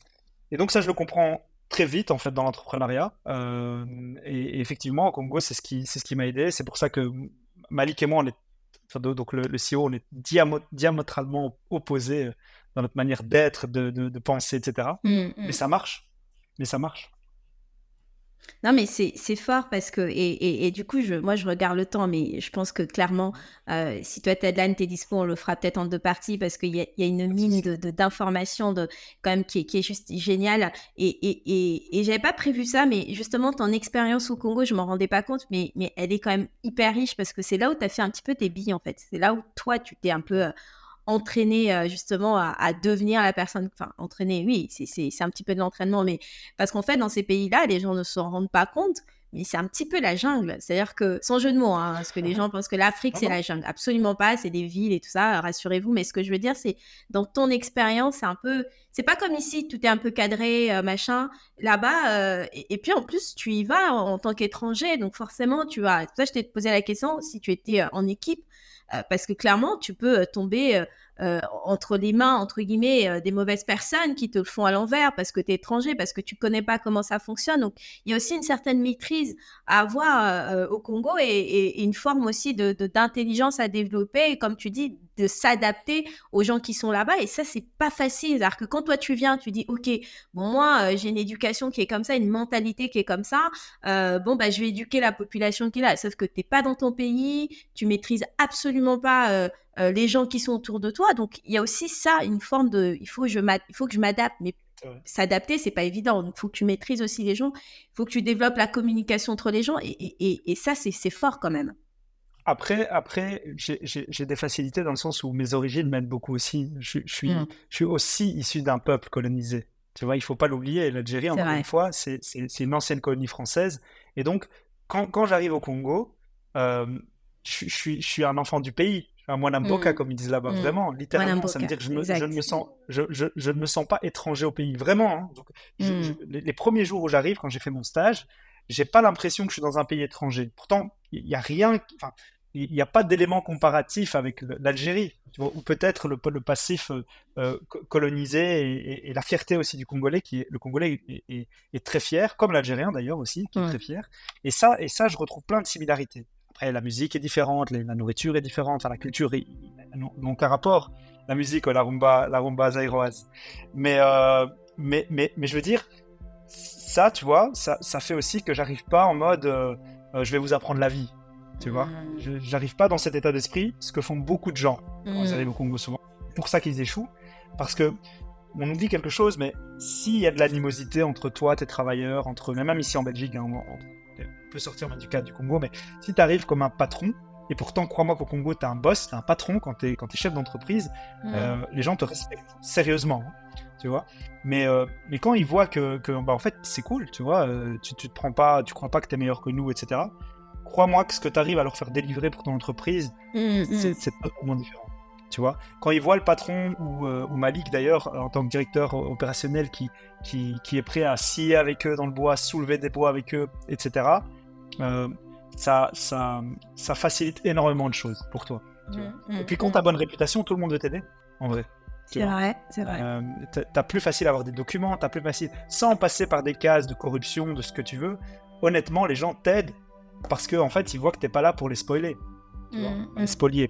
et donc ça, je le comprends très vite en fait dans l'entrepreneuriat. Euh, et, et effectivement, au Congo, c'est ce qui, c'est ce qui m'a aidé. C'est pour ça que Malik et moi, on est, enfin, donc le, le C E O, on est diamo- diamétralement opposés euh, dans notre manière d'être, de, de, de penser, et cetera. mm, Mais mm. ça marche. Mais ça marche. Non, mais c'est c'est fort parce que, et, et, et du coup, je, moi, je regarde le temps, mais je pense que clairement, euh, si toi, Tadlan, t'es dispo, on le fera peut-être en deux parties parce qu'il y a, il y a une Pas de mine souci. de, de, d'informations de, quand même qui est, qui est juste géniale. Et, et, et, et j'avais pas prévu ça, mais justement, ton expérience au Congo, je m'en rendais pas compte, mais, mais elle est quand même hyper riche parce que c'est là où tu as fait un petit peu tes billes, en fait. C'est là où toi, tu t'es un peu euh, entraîner euh, justement à, à devenir la personne, enfin entraîner, oui, c'est, c'est, c'est un petit peu de l'entraînement, mais parce qu'en fait, dans ces pays-là, les gens ne s'en rendent pas compte, mais c'est un petit peu la jungle. C'est-à-dire que, sans jeu de mots, hein, parce que les gens pensent que l'Afrique, Ah c'est bon? la jungle. Absolument pas, c'est des villes et tout ça, rassurez-vous. Mais ce que je veux dire, c'est, dans ton expérience, c'est un peu... C'est pas comme ici, tout est un peu cadré, euh, machin. Là-bas, euh, et, et puis en plus, tu y vas en, en tant qu'étranger, donc forcément, tu vas... C'est pour ça que je t'ai posé la question, si tu étais euh, en équipe, euh, parce que clairement, tu peux euh, tomber... Euh, euh, entre les mains, entre guillemets, euh, des mauvaises personnes qui te le font à l'envers parce que tu es étranger, parce que tu connais pas comment ça fonctionne. Donc, il y a aussi une certaine maîtrise à avoir euh, au Congo et, et, et une forme aussi de, de, d'intelligence à développer, et comme tu dis, de s'adapter aux gens qui sont là-bas. Et ça, c'est pas facile. C'est-à-dire que quand toi, tu viens, tu dis, OK, bon, moi, euh, j'ai une éducation qui est comme ça, une mentalité qui est comme ça. Euh, bon, bah, je vais éduquer la population qui est là. Sauf que t'es pas dans ton pays, tu maîtrises absolument pas euh, euh, les gens qui sont autour de toi. Donc, il y a aussi ça, une forme de... Il faut que je, m'a... il faut que je m'adapte. Mais Ouais. s'adapter, c'est pas évident. Donc, il faut que tu maîtrises aussi les gens. Il faut que tu développes la communication entre les gens. Et, et, et, et ça, c'est, c'est fort quand même. Après, après j'ai j'ai- j'ai des facilités dans le sens où mes origines m'aident beaucoup aussi. Je, je suis, Mm. je suis aussi issu d'un peuple colonisé. Tu vois, il faut pas l'oublier. L'Algérie, C'est encore une vrai. fois, c'est c'est- c'est une ancienne colonie française. Et donc, quand, quand j'arrive au Congo, euh, je, je suis, je suis un enfant du pays. Je suis un Mwanamboka, Mm. comme ils disent là-bas. Mm. Vraiment, littéralement, ça veut Wanamboka, dire que je, me, je ne exact. me sens, je, je, je ne me sens pas étranger au pays. Vraiment, hein. Donc, je- je- Mm. les, les premiers jours où j'arrive, quand j'ai fait mon stage, j'ai pas l'impression que je suis dans un pays étranger. Pourtant, il y a rien. Enfin, il n'y a pas d'élément comparatif avec l'Algérie, tu vois, ou peut-être le, le passif euh, euh, colonisé et, et- et la fierté aussi du Congolais, qui est, le Congolais est, est- est très fier, comme l'Algérien d'ailleurs aussi, qui est Mm. très fier. Et ça, et ça, je retrouve plein de similarités. Après, la musique est différente, les- la nourriture est différente, enfin, la culture est- n'ont n'ont aucun rapport. La musique, la rumba, la rumba zaïroise. Mais, euh, mais, mais, mais je veux dire, ça, tu vois, ça, ça fait aussi que j'arrive pas en mode euh, euh, je vais vous apprendre la vie. Tu vois, Mm. je j'arrive pas dans cet état d'esprit, ce que font beaucoup de gens quand ils arrivent Mm. au Congo souvent. C'est pour ça qu'ils échouent, parce que on oublie quelque chose, mais s'il y a de l'animosité entre toi, tes travailleurs, entre eux, même ici en Belgique, hein, on, on peut sortir même du cadre du Congo, mais si tu arrives comme un patron, et pourtant crois-moi qu'au Congo, tu as un boss, tu as un patron quand tu es, quand t'es chef d'entreprise, Mm. euh, les gens te respectent sérieusement, hein, tu vois. Mais, euh, mais quand ils voient que, que bah, en fait, c'est cool, tu vois, euh, tu, tu te prends pas, tu crois pas que tu es meilleur que nous, et cetera. Crois-moi que ce que tu arrives à leur faire délivrer pour ton entreprise, Mm. c'est Mm. c'est totalement différent. Tu vois, quand ils voient le patron ou, euh, ou Malik d'ailleurs en tant que directeur opérationnel qui, qui, qui est prêt à scier avec eux dans le bois, soulever des poids avec eux, et cetera. Euh, ça, ça, ça facilite énormément de choses pour toi. Tu vois. Mm. Et puis quand Mm. tu as bonne réputation, tout le monde veut t'aider, en vrai. Tu C'est vois. vrai, c'est vrai. Euh, t'as t'as plus facile à avoir des documents, t'as plus facile, sans passer par des cases de corruption, de ce que tu veux. Honnêtement, les gens t'aident parce qu'en en fait, ils voient que t'es pas là pour les spoiler, tu vois, Mm. les Mm. spolier.